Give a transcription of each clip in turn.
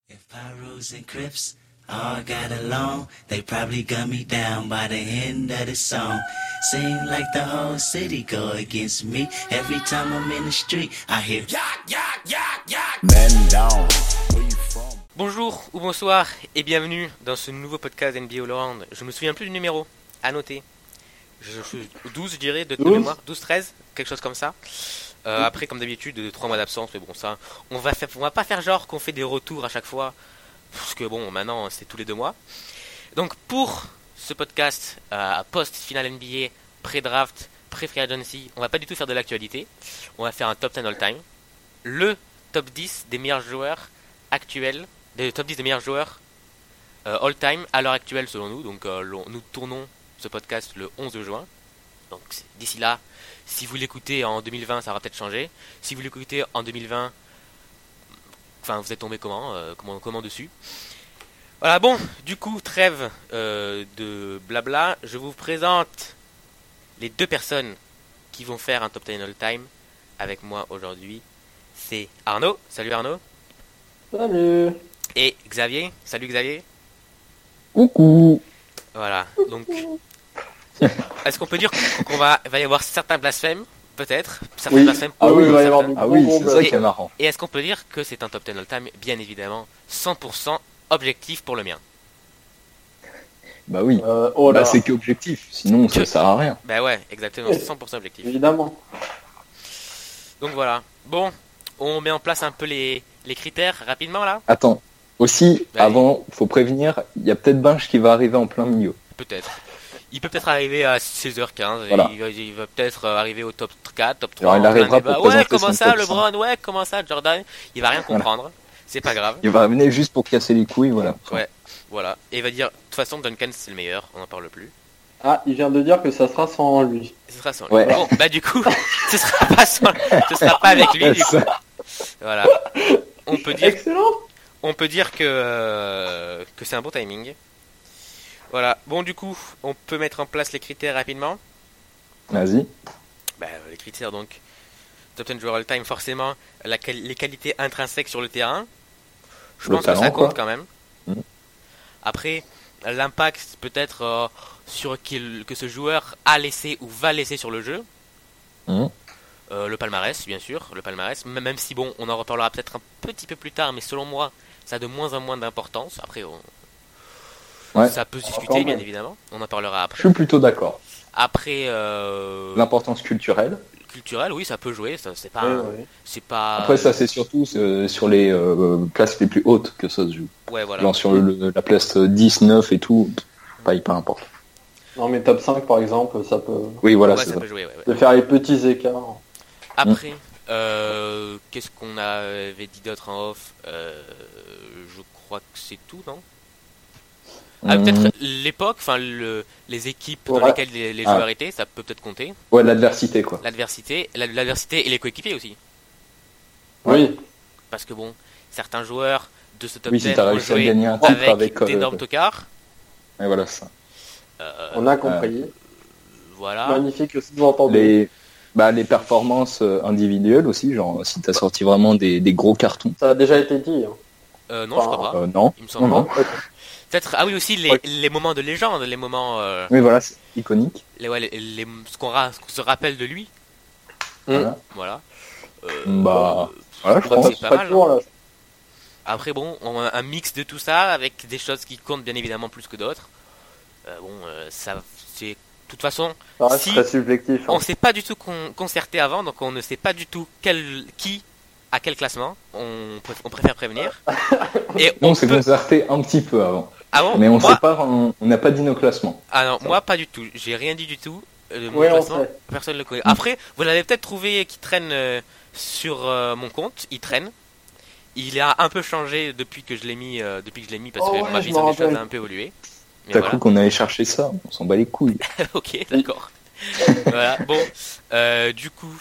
If Pyros and Crips all got along, they probably gun me down by the end of the song. Seem like the whole city go against me. Every time I'm in the street, I hear yak, yak, yak, yak. Man down. Where you from? Bonjour ou bonsoir et bienvenue dans ce nouveau podcast NBA All Around. Je me souviens plus du numéro, à noter. Je suis 12 je dirais, de mémoire, 12-13, quelque chose comme ça. Après comme d'habitude 3 mois d'absence, mais bon ça, on va pas faire genre qu'on fait des retours à chaque fois, parce que bon maintenant c'est tous les 2 mois. Donc pour ce podcast post-finale NBA, pré-draft, pré-free agency, on va pas du tout faire de l'actualité, on va faire un top 10 all-time. Le top 10 des meilleurs joueurs actuels, des top 10 des meilleurs joueurs all-time à l'heure actuelle selon nous. Donc nous tournons ce podcast le 11 juin. Donc d'ici là, si vous l'écoutez en 2020, ça aura peut-être changé. Si vous l'écoutez en 2020, enfin vous êtes tombé comment dessus. Voilà, bon, du coup, trêve de blabla. Je vous présente les 2 personnes qui vont faire un top 10 all-time avec moi aujourd'hui. C'est Arnaud. Salut Arnaud. Salut. Et Xavier. Salut Xavier. Coucou. Voilà, donc est-ce qu'on peut dire qu'on va y avoir certains blasphèmes, peut-être, certains blasphèmes. Ah oui, il va y avoir Ah oui, c'est ça qui est marrant. Et est-ce qu'on peut dire que c'est un top 10 all-time, bien évidemment, 100% objectif pour le mien? Bah oui. Oh là. Bah c'est qu'objectif, sinon ça sert à rien. Bah ouais, exactement, c'est 100% objectif. Évidemment. Donc voilà, bon, on met en place un peu les critères rapidement là. Attends, aussi, Bah, avant, faut prévenir, il y a peut-être Binge qui va arriver en plein milieu. Peut-être. Il peut peut-être arriver à 16h15, Voilà. il va peut-être arriver au top 4, top 3. Alors, il arrivera pour ouais, présenter comment son ça, top LeBron, ouais, comment ça, Jordan. Il va rien comprendre, c'est pas grave. Il va venir juste pour casser les couilles, voilà. Ouais, voilà. Et il va dire, de toute façon, Duncan c'est le meilleur, on n'en parle plus. Ah, il vient de dire que ça sera sans lui. Ce sera sans lui. Ouais. Bon, bah du coup, ce sera pas avec lui, du coup. Voilà. On peut dire que c'est un bon timing. Voilà. Bon, du coup, on peut mettre en place les critères rapidement. Vas-y. Bah, les critères donc. Top 10 joueur all time, forcément, les qualités intrinsèques sur le terrain. Je Le pense talent, que ça compte quoi. quand même. Mhm. Après, l'impact peut-être sur que ce joueur a laissé ou va laisser sur le jeu. Mhm. Le palmarès, bien sûr, le palmarès. Même si, bon, on en reparlera peut-être un petit peu plus tard, mais selon moi, ça a de moins en moins d'importance. Après, ça peut se discuter, bien évidemment. On en parlera Je après. suis plutôt d'accord. Après, L'importance culturelle. culturel, oui, ça peut jouer. Ça, c'est pas, Oui. c'est pas. Après, ça, c'est surtout sur les places les plus hautes que ça se joue. Ouais, voilà. Genre sur la place 10, 9 et tout, pas hyper important. Non, mais top 5 par exemple, ça peut Oui, voilà, Ouais, c'est ça ça. peut jouer. Ouais. de faire les petits écarts. Après, qu'est-ce qu'on avait dit d'autre en off? Je crois que c'est tout, non? Ah, peut-être l'époque, enfin les équipes dans Ouais. lesquelles les joueurs étaient, ça peut peut-être compter. Ouais, l'adversité, quoi. L'adversité et les coéquipiers aussi. Oui. Parce que bon, certains joueurs de ce top Oui, 10 si t'as ont réussi à joué gagner un titre avec d'énormes tocards. et voilà ça. On a compris. Voilà. Magnifique sous-entendu. Les performances individuelles aussi, genre si t'as sorti vraiment des gros cartons. Ça a déjà été dit. Hein. Non, je crois pas. Non. Il me semble Non, pas. Peut-être, ah oui, aussi les moments de légende, les moments. Oui, voilà, c'est iconique. Ce qu'on se rappelle de lui. Voilà. Voilà. Voilà, je crois que pense. c'est pas mal. toujours, là. Après, bon, on a un mix de tout ça avec des choses qui comptent bien évidemment plus que d'autres. Ça, c'est. De toute façon, Ça reste si très subjectif. Hein. on s'est pas du tout concerté avant, donc on ne sait pas du tout qui à quel classement. On préfère prévenir. Et Nous, on s'est concerté un petit peu avant. Ah bon, Mais on moi... sait pas, on n'a pas dit nos classements. Ah non, moi pas du tout. J'ai rien dit du tout. Mon Ouais, on classement, sait. personne ne le connaît. Après, vous l'avez peut-être trouvé qui traîne sur mon compte. Il traîne. Il a un peu changé depuis que je l'ai mis, parce Oh que ouais, ma je vision m'en des choses rappelle. a un peu évolué. Mais T'as voilà. cru qu'on allait chercher ça? On s'en bat les couilles. Ok, d'accord. Voilà. Bon, du coup,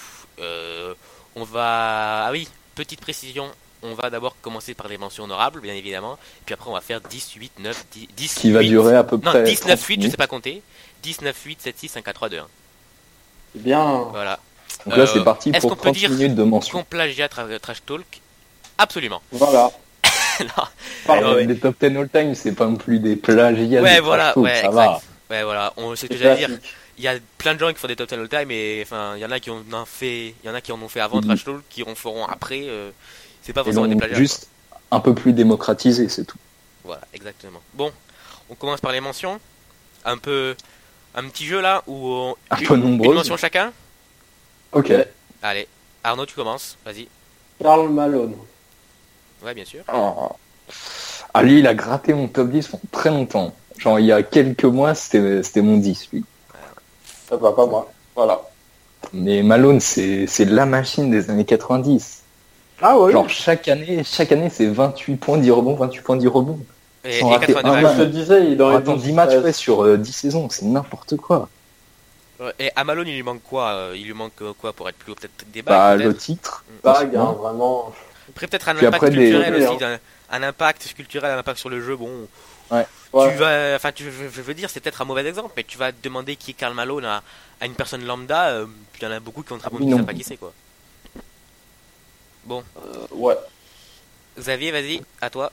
on va. Ah oui, petite précision. On va d'abord commencer par les mentions honorables, bien évidemment. Puis après, on va faire 10, 8, 9, 10, Qui va 8. durer à peu Non, près. 10, 9, 30 8, je minutes. sais pas compter. 10, 9, 8, 7, 6, 5, 4, 3, 2, 1. C'est bien. Voilà. Donc là, c'est parti est-ce pour qu'on peut 30 dire minutes de mention. qu'on plagiat Trash Talk? Absolument. Voilà. Non, Les top 10 all-time, c'est pas non plus des plagiats. Ouais, de voilà, trash talk, ouais, ça exact. va. Ouais, voilà, c'est ce que C'est j'allais dire. classique. Il y a plein de gens qui font des top 10 all time et enfin, il y en a qui en ont fait, il y en a qui en ont fait avant Trash Talk, qui en feront après. C'est pas Et forcément des donc, plagiats. juste un peu plus démocratisé, c'est tout. Quoi. Voilà, exactement. Bon, on commence par les mentions. Un petit jeu là où Un peu une nombreuses. mention chacun. Ok. Allez, Arnaud, tu commences. Vas-y. Karl Malone. Ouais, bien sûr. Ah, lui, il a gratté mon top 10 pendant très longtemps. Genre, il y a quelques mois, c'était mon 10, lui. Ça va pas moi. Voilà. Mais Malone, c'est la machine des années 90. Ah oui. Genre, chaque année, c'est 28 points, 10 rebonds, 28 points, 10 rebonds. Et Sans rater 82 un matchs. Je te disais, il dans les Attends, 12, 10 matchs 13. ouais, sur 10 saisons, c'est n'importe quoi. Et à Malone, il lui manque quoi Il lui manque quoi pour être plus haut? Peut-être des Bah, bagues, le peut-être. titre. Bague, hein, vraiment. Après, peut-être un Puis impact après, des- culturel Ouais, aussi. Un impact culturel, un impact sur le jeu. Bon, Ouais. je veux dire, c'est peut-être un mauvais exemple, mais tu vas demander qui est Karl Malone à une personne lambda, il y en a beaucoup qui ont très bon Oui, qui savent non. pas qui c'est quoi. Bon, Ouais. Xavier, vas-y, à toi.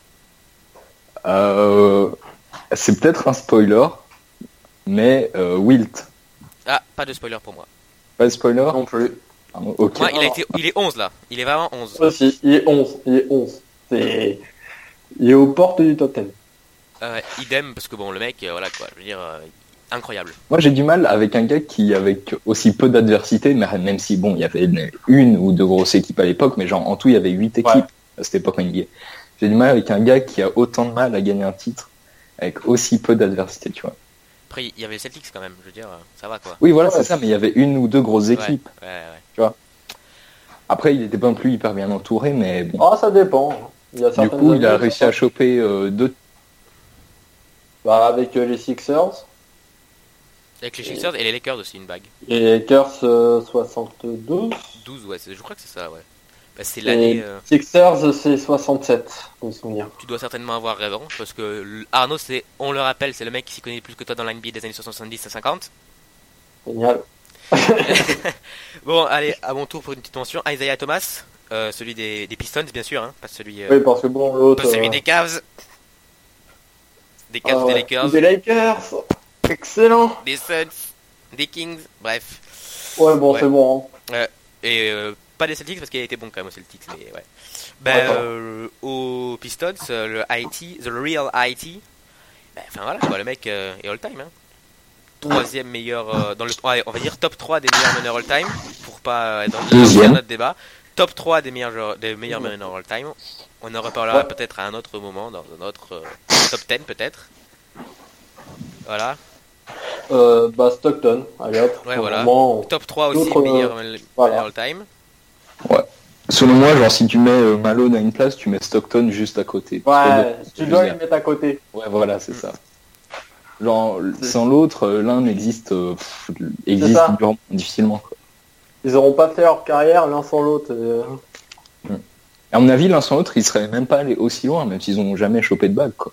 C'est peut-être un spoiler, mais Wilt. Ah, pas de spoiler pour moi. Pas de spoiler. Non plus. Pardon, ok. Moi, il est 11 là. Il est vraiment 11. Aussi, il est 11. Il est 11. Il est aux portes du top 10. Idem, parce que bon, le mec, voilà quoi, je veux dire, incroyable. Moi, j'ai du mal avec un gars qui, avec aussi peu d'adversité, mais même si, bon, il y avait une ou deux grosses équipes à l'époque, mais genre, en tout, il y avait 8 équipes à cette époque en NBA. J'ai du mal avec un gars qui a autant de mal à gagner un titre avec aussi peu d'adversité, tu vois. Après, il y avait les Celtics quand même, je veux dire, ça va quoi. Oui, voilà, Ouais. c'est ça, mais il y avait une ou deux grosses équipes. Ouais. Après, il était pas non plus hyper bien entouré, mais bon. Ah, ça dépend. Il y a Du certaines coup, il a années, réussi ça à va. choper deux. Bah, avec les Sixers. Avec les Sixers et les Lakers aussi, une bague. Et les Lakers 72. 12, ouais, je crois que c'est ça, ouais. Bah, c'est l'année. Sixers, c'est 67, pour me souvenir. Tu dois certainement avoir raison, parce que Arnaud, on le rappelle, c'est le mec qui s'y connaît plus que toi dans la NBA des années 70 à 50. Génial. Bon, allez, à mon tour pour une petite mention. Isaiah Thomas, celui des Pistons, bien sûr, hein, pas celui, Oui, parce que bon, l'autre. pas celui des Cavs. Des Cavs, des ouais. Lakers, Des Lakers. Excellent. des Suns, des Kings, bref. Ouais, bon, Ouais. c'est bon. Et pas des Celtics parce qu'il a été bon quand même aux Celtics, mais ouais. Ben, Ouais, aux Pistons, le IT, The Real IT, ben, enfin voilà, quoi, le mec est all-time. Hein. Troisième meilleur, ouais, on va dire top 3 des meilleurs meneurs all-time, pour pas être dans Deuxième. notre débat. Top 3 des meilleurs meneurs all-time. On en reparlera peut-être à un autre moment, dans un autre top 10 peut-être. Voilà. Bah, Stockton. Allez hop. Ouais, voilà. Vraiment, Top 3 aussi D'autres, meilleurs voilà. meneurs all-time. Selon moi, genre, si tu mets Malone à une place, tu mets Stockton juste à côté. Parce que Ouais, tu dois les mettre à côté. Ouais, voilà, c'est ça. Genre, sans l'autre, l'un existe ça. difficilement. Quoi. Ils auront pas fait leur carrière l'un sans l'autre. À mon avis, l'un sans l'autre, ils seraient même pas allés aussi loin, même s'ils ont jamais chopé de bague, quoi.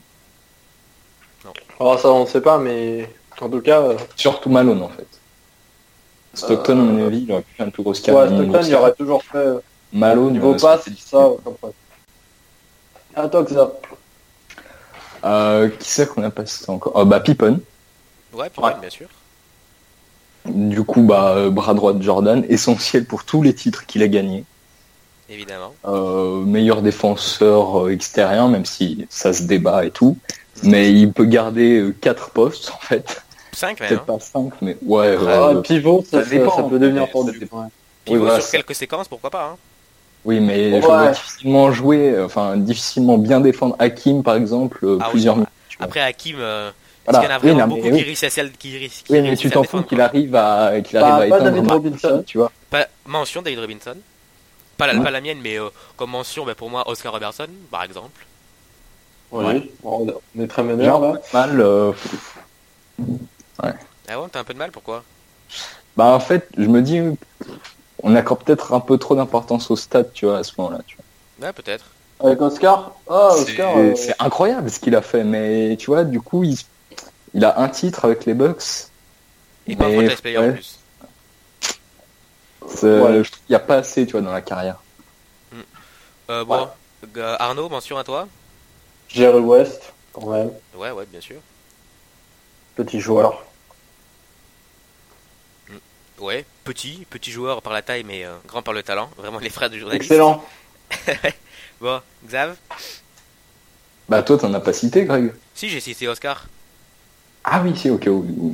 Alors ça, on sait pas, mais en tout cas. Surtout Malone, en fait. Stockton, à mon avis, il aurait pu faire une plus grosse carrière. Ouais, Stockton, il aurait toujours fait. Malone, Niveau ça, passe, c'est ça, comme ça. À toi que ça. qui c'est qu'on a passé encore bah Pippen. Ouais, puis Ouais. bien sûr. Du coup, bras droit de Jordan, essentiel pour tous les titres qu'il a gagnés. Évidemment. Meilleur défenseur extérieur, même si ça se débat et tout. Mais il peut garder 4 postes, en fait. 5 même. Peut-être Hein. pas 5, mais ouais. Pivot, ça dépend, peut devenir mais tendu. ça dépend. Ouais. Pivot Oui, voilà, sur ça. quelques séquences, pourquoi pas. Hein. Oui, mais Ouais. je vois difficilement jouer, difficilement bien défendre Hakim, par exemple, Ah oui, plusieurs bon, minutes. tu vois. Après Hakim, est-ce Voilà. qu'il y en a Oui, vraiment non, mais beaucoup oui. qui réussissent à qui réussissent Oui, mais tu t'en fous qu'il arrive à Pas éteindre David Marc, Robinson. tu vois. Pas mention David Robinson. Pas Ouais. la mienne, mais comme mention, pour moi, Oscar Robertson, par exemple. Oui. Bon, on est très meneur là. Mal. Ah ouais, t'as un peu de mal, pourquoi? En fait, je me dis, on accorde peut-être un peu trop d'importance au stade, tu vois, à ce moment-là. Tu vois. Ouais, peut-être. Avec Oscar. Ah, Oscar. C'est incroyable ce qu'il a fait, mais tu vois, du coup, il a un titre avec les Bucks. Et pas mais, franchise player en ouais, plus. je trouve qu'il n'y a pas assez, tu vois, dans la carrière. Bon, Arnaud, mention à toi. Jerry West, quand même. Ouais, bien sûr. Petit joueur. Ouais, petit joueur par la taille, mais grand par le talent. Vraiment les frères du journaliste. Excellent. Bon, Xav. Bah toi, t'en as pas cité, Greg. Si, j'ai cité Oscar. Ah oui, si, ok. Oui.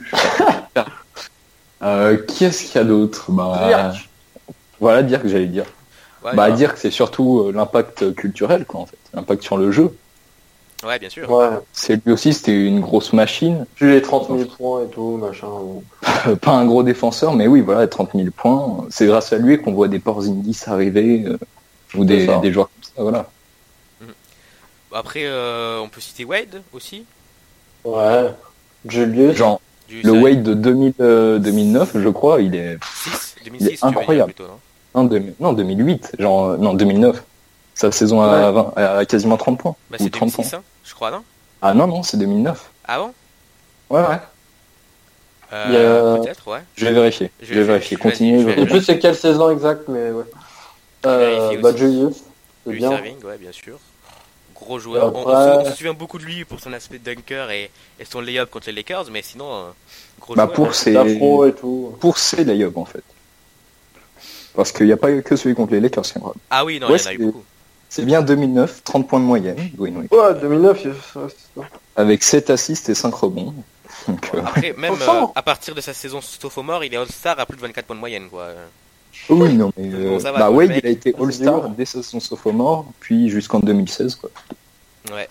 Qui est-ce qu'il y a d'autre? Dirk. Voilà, dire que j'allais dire. Ouais, Dire que c'est surtout l'impact culturel, quoi, en fait. L'impact sur le jeu. ouais, bien sûr. Ouais. C'est lui aussi, c'était une grosse machine. Puis les 30 000 points et tout, machin. Pas un gros défenseur, mais oui, voilà, 30 000 points. C'est grâce à lui qu'on voit des Porzingis arriver, ou des joueurs comme ça, voilà. Après, on peut citer Wade aussi. Ouais. Julius. Genre, Du le Wade de 2009, je crois, il est 2006, il est incroyable. tu veux dire, plutôt, non 2008, non 2009. Sa saison à quasiment 30 points. Bah, ou c'est 30 2006, points. hein, je crois, non? Ah non, c'est 2009. Ah bon? Ouais. Peut-être, ouais. Je vais vérifier. Continuez. je vais- Je sais plus c'est quelle saison exacte, mais ouais. vérifier aussi. Julius. C'est Louis bien. Serving, ouais, bien sûr. Gros joueur. Après- On se souvient beaucoup de lui pour son aspect dunker et son lay-up contre les Lakers, mais sinon, gros Bah joueur. pour ses D'afro et tout. layups en fait. Parce qu'il n'y a pas que celui contre les Lakers, c'est vrai. Ah oui, non, Ouais, il y en a eu c'est- beaucoup. C'est bien 2009, 30 points de moyenne, Dwayne Wade. Ouais, 2009, c'est ça. Avec 7 assists et 5 rebonds. Donc, Après, même Enfin. à partir de sa saison sophomore, il est All-Star à plus de 24 points de moyenne, quoi. oui, non, mais Bon, ça va, quoi, le Wade, mec. il a été C'est All-Star dur. dès sa saison sophomore, puis jusqu'en 2016, quoi. Ouais.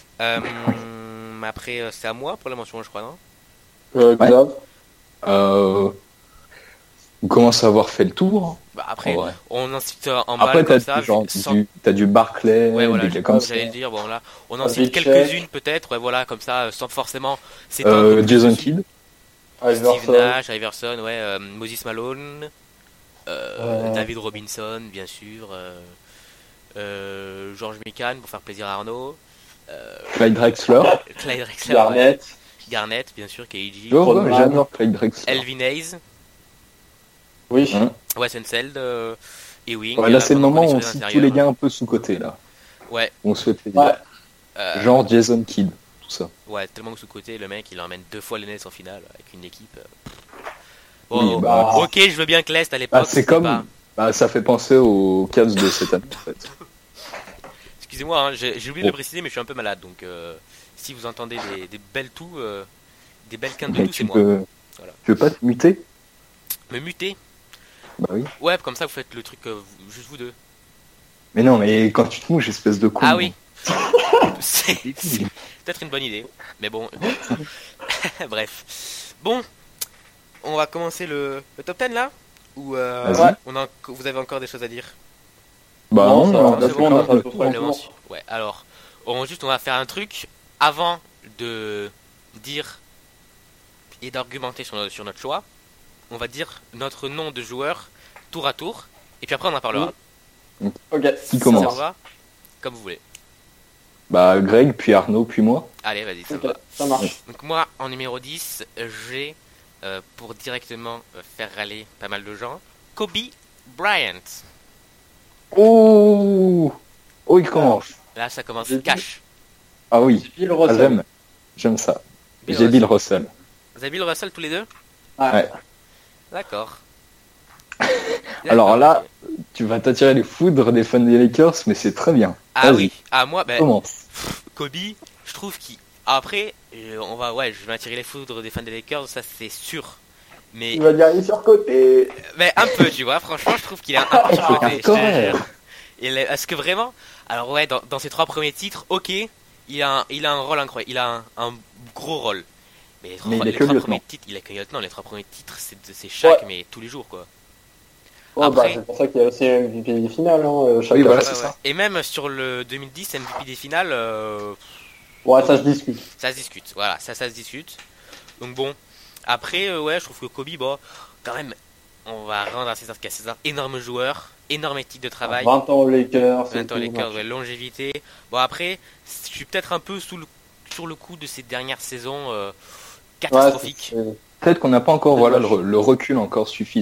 Après, c'est à moi pour la mention, je crois, non? Xav. On commence à avoir fait le tour. Bah, après, En vrai. on incite en Après, balle comme ça. t'as du Barclay, Ouais, voilà, des gars comme ça. j'allais le dire. Bon, là, on en cite Havlicek. quelques-unes peut-être, ouais, voilà, comme ça, sans forcément s'étendre plus Jason dessus. Kidd. Steve Iverson. Nash, Iverson, ouais, Moses Malone, Ouais. David Robinson, bien sûr, George Mikan pour faire plaisir à Arnaud, Clyde Drexler. Clyde Drexler, ouais, Garnett. Garnett, bien sûr, KG, Rodman. J'adore Clyde Drexler. Elvin Hayes, Oui. Hein. Wes Unseld, Ewing. Ouais, là, c'est le moment où on on est sur les cite tous intérieurs. les gars un peu sous-côté, là. Ouais, On se fait plaisir. Ouais. Genre Jason Kidd, tout ça. ouais, tellement sous-côté, le mec, il emmène 2 fois les Nets en finale avec une équipe. Oui, Bon, bah, ok, je veux bien que l'Est à l'époque. c'est c'était comme. pas- Ça fait penser aux Cavs de cette année, en fait. Excusez-moi, hein, j'ai oublié de le préciser, mais je suis un peu malade, donc si vous entendez des belles toux, des belles quintes de Mais toux, c'est tu moi. peux. Voilà. Tu veux pas te muter? Me muter. Bah oui. Ouais, comme ça vous faites le truc juste vous deux. Mais non, mais quand tu te mouches, espèce de con. Ah oui. C'est peut-être une bonne idée, mais bon. Bref. Bon, on va commencer le top 10 là. Ou Vas-y. vous avez encore des choses à dire? Bah Non, non, ça on va, a c'est fait bon, on a un pas peu tout tout. fait. Les mentions. Ouais, alors, on va faire un truc avant de dire et d'argumenter sur notre choix. On va dire notre nom de joueur tour à tour, et puis après on en parlera. Ok. Qui Ça commence? vous va? Comme vous voulez. Bah Greg, puis Arnaud, puis moi. Allez, vas-y, ça me Ok, va. ça marche. Donc moi, en numéro 10, j'ai, pour directement faire râler pas mal de gens, Kobe Bryant. Oh, il commence. Là, ça commence J'ai dit- cash. Ah oui, Bill ah, Russell. j'aime ça. Bill J'ai Russell. Bill Russell. Vous avez Bill Russell tous les deux? Ouais. D'accord. Alors D'accord. là, tu vas t'attirer les foudres des fans des Lakers, mais c'est très bien. Ah Vas-y, oui, ah moi, ben, commence. Kobe, je trouve qu'il... Après, je vais m'attirer les foudres des fans des Lakers, ça c'est sûr. Mais, Il va dire il est surcoté. mais un peu, tu vois, franchement, je trouve qu'il est un peu surcoté, je te hardcore. jure. Est-ce que vraiment... Alors ouais, dans ses 3 premiers titres, ok, il a un rôle incroyable, il a un gros rôle. Mais les 3, Mais il est que lieutenant. premiers titres, il est que lieutenant, les 3 premiers titres, c'est chaque, mais tous les jours, quoi. Oh, bah, Après- c'est pour ça qu'il y a aussi MVP des finales. Hein, chaque Oui, voilà, année. c'est ça. Et même sur le 2010 MVP des finales, Ouais, ça se discute. ça se discute, voilà, ça se discute. Donc bon, après, ouais, je trouve que Kobe, bon, quand même, on va rendre à César ce qu'il y a César, énorme joueur, énorme éthique de travail, 20 ans aux Lakers. 20 ans les Lakers, ouais, longévité. Bon après, je suis peut-être un peu sur le coup de ces dernières saisons catastrophiques. Peut-être qu'on n'a pas encore le recul encore suffisant.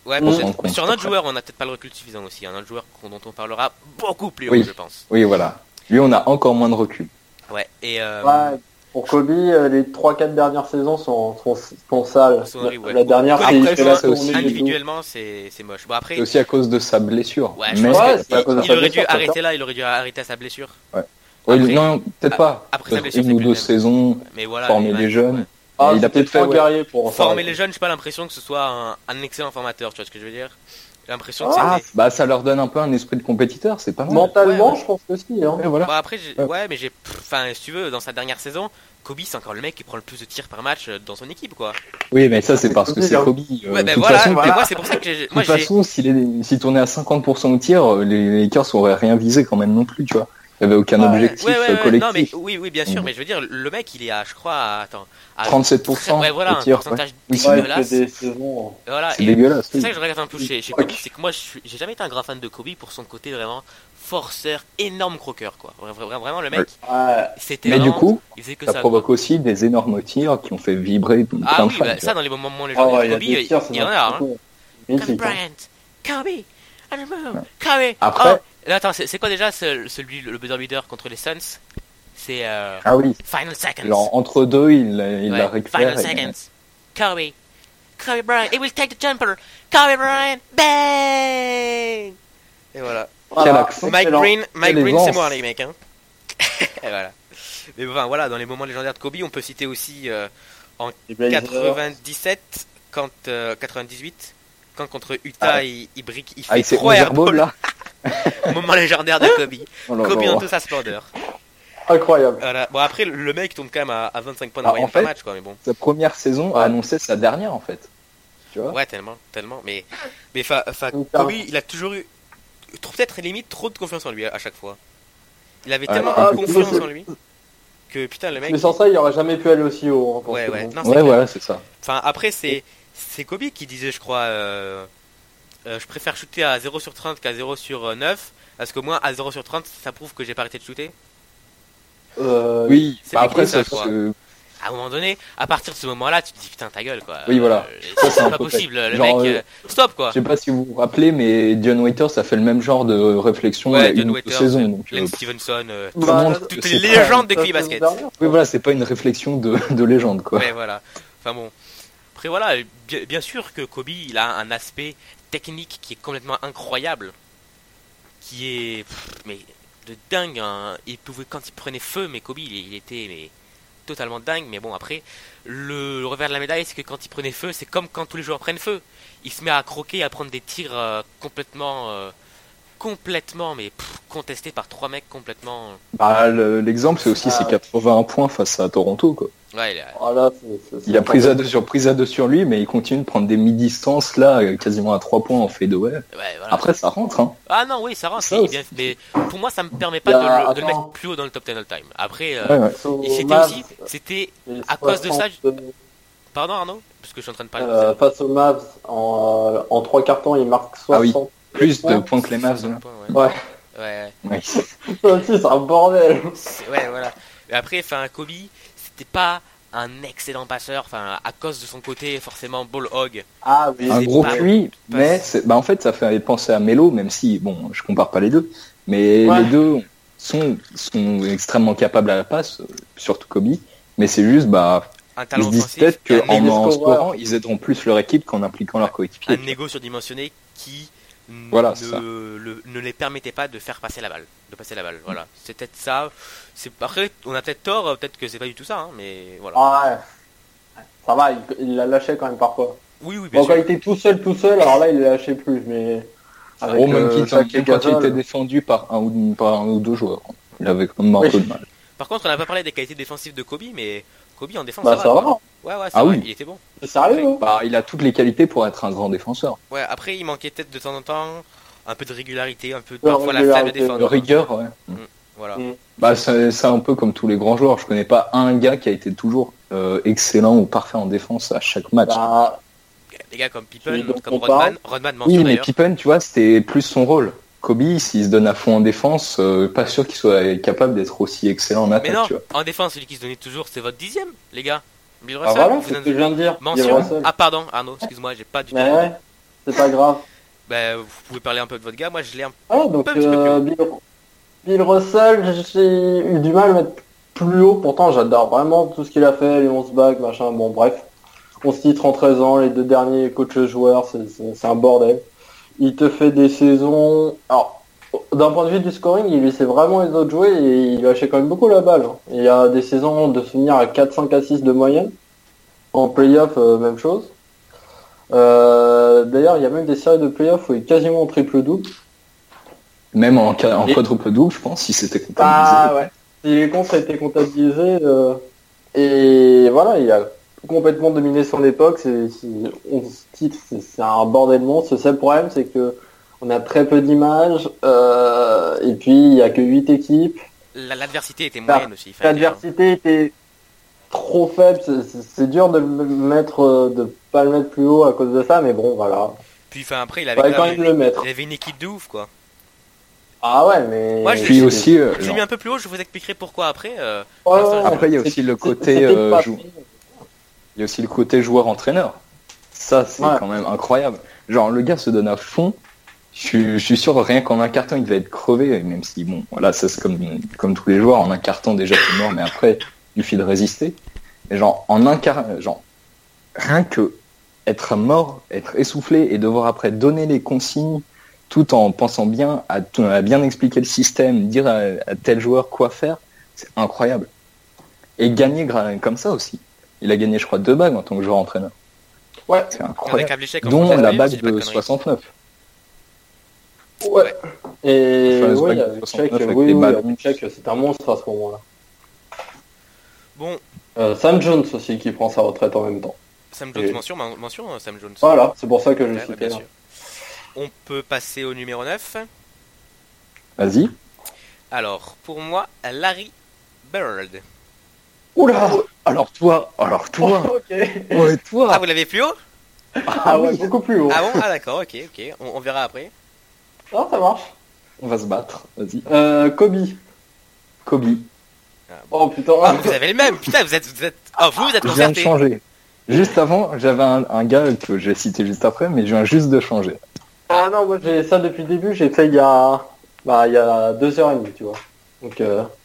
Ouais, On se rend compte sur un autre après. joueur, on n'a peut-être pas le recul suffisant aussi. Un autre joueur dont on parlera beaucoup plus haut, Oui. je pense. Oui, voilà. Lui, on a encore moins de recul. Ouais, et Ouais, pour Kobe, les 3-4 dernières saisons sont sales. Sont horribles, ouais. La dernière, Après, c'est il après, fait la c'est aussi tournée et tout. individuellement, c'est moche. Bon, après, C'est aussi à cause de sa blessure. ouais, je mais pense Ouais, que c'est à cause de il sa aurait dû blessure, arrêter là, il aurait dû arrêter à sa blessure. Oui, Après- non, peut-être pas. après sa Peut-être blessure, une c'est ou plus deux le même. saisons, Mais voilà. former mais des ouais, jeunes. ouais. Ah, Et il a c'était peut-être fait trop guerrier pour Former ça. les jeunes, j'ai pas l'impression que ce soit un excellent formateur, tu vois ce que je veux dire? J'ai l'impression que Ah, c'était. bah ça leur donne un peu un esprit de compétiteur, c'est pas mal. Mentalement, Ouais. je pense que si. Hein. Et voilà. Bon, après, Ouais. ouais, mais enfin, si tu veux, dans sa dernière saison, Kobe, c'est encore le mec qui prend le plus de tirs par match dans son équipe, quoi. Oui, mais ça c'est parce que c'est Kobe. Ouais, De ben toute voilà, façon, mais moi, c'est pour ça que de toute façon, s'il tournait à 50% au tir, les Lakers auraient rien visé quand même non plus, tu vois. Il n'y avait aucun objectif collectif. Non, mais oui, bien sûr, mais je veux dire, le mec, il est à, je crois, à 37% ouais, voilà, au un tir. pourcentage Oui, Ouais, dégueulasse. c'est des saisons. Voilà, C'est et dégueulasse. c'est oui. ça que je regarde un peu chez Kobe, c'est que moi, j'ai jamais été un grand fan de Kobe pour son côté vraiment forceur, énorme croqueur, quoi. Vraiment, le mec, Ouais. c'était Mais du vraiment, coup, il faisait que ça ça. provoque quoi. aussi des énormes tirs qui ont fait vibrer Ah plein de oui, fans. bah, tu ça, vois. dans les moments Ah légendaires ouais, de il y a Kobe, des tirs, il y en a, hein. Kobe Kobe Bryant, Kobe, on the move, Kobe. Après- Oh, attends, c'est quoi déjà celui, le buzzer beater contre les Suns? C'est Ah oui, Final Seconds. genre entre deux, il Ouais, la récupère. Final Seconds. Kobe Bryant, he will take the jumper. Kobe Bryant, bang. Et voilà. Quel accent. Mike Excellent. Green, Quelle c'est aisance. moi les mecs. Hein. Et voilà. Mais enfin voilà, dans les moments légendaires de Kobe, on peut citer aussi en Les Blazers. 97, quand 98, quand contre Utah, Ah. il brique, il Ah, fait il s'est 3 airball airballs. là. Moment légendaire de Kobe. Oh là Kobe là. dans toute sa splendeur. Incroyable. Voilà. Bon après le mec tombe quand même à 25 points de Ah, moyenne en par fait- match quoi, mais bon. Sa première saison Ouais. annonçait sa dernière en fait. Tu vois. Ouais, tellement. Mais enfin, Donc, Kobe, il a toujours eu, peut-être limite, trop de confiance en lui à chaque fois. Il avait Ouais, tellement un de peu confiance plus. en lui que putain le mec. Mais sans ça, il aurait jamais pu aller aussi haut. Hein, pour Ouais, ce ouais. bon. Non, c'est Ouais, clair. voilà, c'est ça. Enfin, après, c'est Kobe qui disait, je crois, je préfère shooter à 0 sur 30 qu'à 0 sur 9, parce qu'au moins à 0 sur 30, ça prouve que j'ai pas arrêté de shooter. Oui, c'est bah après, technique, ça, ça, quoi. se- À un moment donné, à partir de ce moment-là, tu te dis putain ta gueule quoi. Oui, voilà. Ça, c'est C'est un pas peu possible, le Genre, mec. Stop quoi. je sais pas si vous vous rappelez, mais John Waiters a fait le même genre de réflexion Ouais, il y a John une ou deux Waiters, saisons. Donc, Len Stevenson, tout le monde- toutes c'est les pas- légendes de Kobe Basket. Oui, voilà, c'est pas une réflexion de légende, quoi. Ouais, voilà. Enfin bon. Après, voilà, bien sûr que Kobe, il a un aspect technique qui est complètement incroyable. Qui est. Mais de dingue. Hein. Il pouvait, quand il prenait feu, mais Kobe, il était mais, totalement dingue. Mais bon, après, le revers de la médaille, c'est que quand il prenait feu, c'est comme quand tous les joueurs prennent feu. Il se met à croquer, à prendre des tirs complètement, mais contestés par trois mecs complètement. Bah, l'exemple, c'est aussi ses 81 points face à Toronto, quoi. Ouais, Ah, là, Il a prise à deux sur lui, mais il continue de prendre des mi-distances là, quasiment à 3 points en fait de ouais. ouais, voilà. Après, ça rentre, hein. Ah non, oui, ça rentre. Ça il est aussi. bien, mais pour moi, ça me permet pas Il y a- de le attends. mettre plus haut dans le top 10 all-time. Après, Ouais, ouais. et c'était à cause de ça, euh, pardon Arnaud, parce que je suis en train de parler. face aux Mavs, en 3 quarts-temps, il marque 60. Ah oui. Plus de points que les Mavs, là. Ouais. Ouais, Ouais. Ça aussi, c'est un bordel. ouais, voilà. Mais après, enfin, Kobe, c'était pas un excellent passeur, enfin, à cause de son côté forcément ball hog. Ah oui. Un c'est gros pas- puits, pas- mais bah en fait ça fait penser à Melo, même si bon je compare pas les deux, mais Ouais. les deux sont extrêmement capables à la passe, surtout Kobe, mais c'est juste bah Un ils talent se disent offensif, peut-être et un qu'en négo- en scoreur. scorant ils aideront plus leur équipe qu'en impliquant leur coéquipier. un négo surdimensionné qui Voilà, c'est ça. ne les permettait pas de faire passer la balle, Voilà, c'est peut-être ça. C'est après, on a peut-être tort, peut-être que c'est pas du tout ça, hein, mais voilà. Ah ouais. Ça va, il l'a lâché quand même parfois. Oui, bien Bon, quand sûr. il était tout seul, alors là, il l'a lâché plus, mais... Oh, même Shaq et quand il Gasol. était défendu par un ou deux joueurs, il avait quand même un Oui. peu de mal. Par contre, on n'a pas parlé des qualités défensives de Kobe, mais Kobe en défense, Bah ça va, quoi. Ouais, c'est Ah vrai, oui. il était bon. c'est sérieux, hein. Bah il a toutes les qualités pour être un grand défenseur. Ouais, après, il manquait peut-être de temps en temps un peu de régularité, un peu De parfois la flemme de régularité, défendre. De rigueur, ouais. Voilà. Mm. Bah c'est un peu comme tous les grands joueurs. Je connais pas un gars qui a été toujours excellent ou parfait en défense à chaque match. Bah, Des gars comme Pippen, Donc, comme on parle. Rodman mention oui, mais d'ailleurs. Pippen, tu vois, c'était plus son rôle. Kobe, s'il se donne à fond en défense, pas sûr qu'il soit capable d'être aussi excellent en Mais attaque. non, Tu vois. en défense, celui qui se donnait toujours, c'est votre 10e, les gars. Bill bah Russell, voilà, vous c'est ce en- que je viens de dire. mention. Bill Russell. Ah, pardon, Arnaud, excuse-moi, j'ai pas du tout. Mais ouais, c'est pas grave. Bah, vous pouvez parler un peu de votre gars. Moi, je l'ai un Ah, donc peu un petit peu plus haut. Bill Russell, j'ai eu du mal à le mettre plus haut. Pourtant, j'adore vraiment tout ce qu'il a fait, les 11 bacs, machin. Bon, bref. 11 titres en 13 ans, les 2 derniers coachs joueurs, c'est un bordel. Il te fait des saisons... Alors, d'un point de vue du scoring, il laissait vraiment les autres jouer et il lâchait quand même beaucoup la balle. Il y a des saisons de souvenir à 4-5 assists de moyenne. En playoff, même chose. D'ailleurs, il y a même des séries de playoffs où il est quasiment en triple-double. Même en quadruple-double, je pense, si c'était comptabilisé. Ah ouais. Si les comptes étaient comptabilisés, et voilà, il a complètement dominé son époque. 11 titres, c'est un bordel monstre. Le seul problème, c'est que on a très peu d'images, et puis il y a que 8 équipes. L'adversité était moyenne aussi. L'adversité était trop faible. C'est dur de pas le mettre plus haut à cause de ça, mais bon, voilà. Puis enfin après, il avait quand même le mettre. Il avait une équipe de ouf, quoi. Ah ouais, mais... Moi, puis aussi, je l'ai mis un peu plus haut, je vous expliquerai pourquoi après. Après, il y a aussi le côté il y a aussi le côté joueur-entraîneur. Ça, c'est quand même incroyable. Genre, le gars se donne à fond. Je suis sûr, rien qu'en un carton, il devait être crevé, même si, bon, voilà, ça c'est comme tous les joueurs, en un carton déjà c'est mort, mais après, il suffit de résister. Et genre, rien que être mort, être essoufflé et devoir après donner les consignes tout en pensant bien à bien expliquer le système, dire à tel joueur quoi faire, c'est incroyable. Et gagner comme ça aussi. Il a gagné, je crois, 2 bagues en tant que joueur-entraîneur. Ouais. C'est incroyable. Dont Dont la bague de 69. Ouais. Et ouais, il y a Belichick, c'est un monstre à ce moment-là. Bon. Sam Jones aussi qui prend sa retraite en même temps. Sam Jones, mention Sam Jones. Voilà, c'est pour ça que je le citais. On peut passer au numéro 9. Vas-y. Alors, pour moi, Larry Bird. Oula. Alors toi. Okay. Ouais, toi. Ah, vous l'avez plus haut? Ah ouais, beaucoup plus haut. Ah bon? Ah d'accord, ok. On verra après. Ah, ça marche. On va se battre, vas-y. Kobe. Ah, bon. Oh putain. Ah, vous avez le même. Putain, vous êtes. Oh, vous êtes Je viens de concerté. changer. Juste avant, j'avais un gars que j'ai cité juste après, mais je viens juste de changer. Ah non, moi j'ai ça depuis le début, j'ai fait il y a 2h30, tu vois. Donc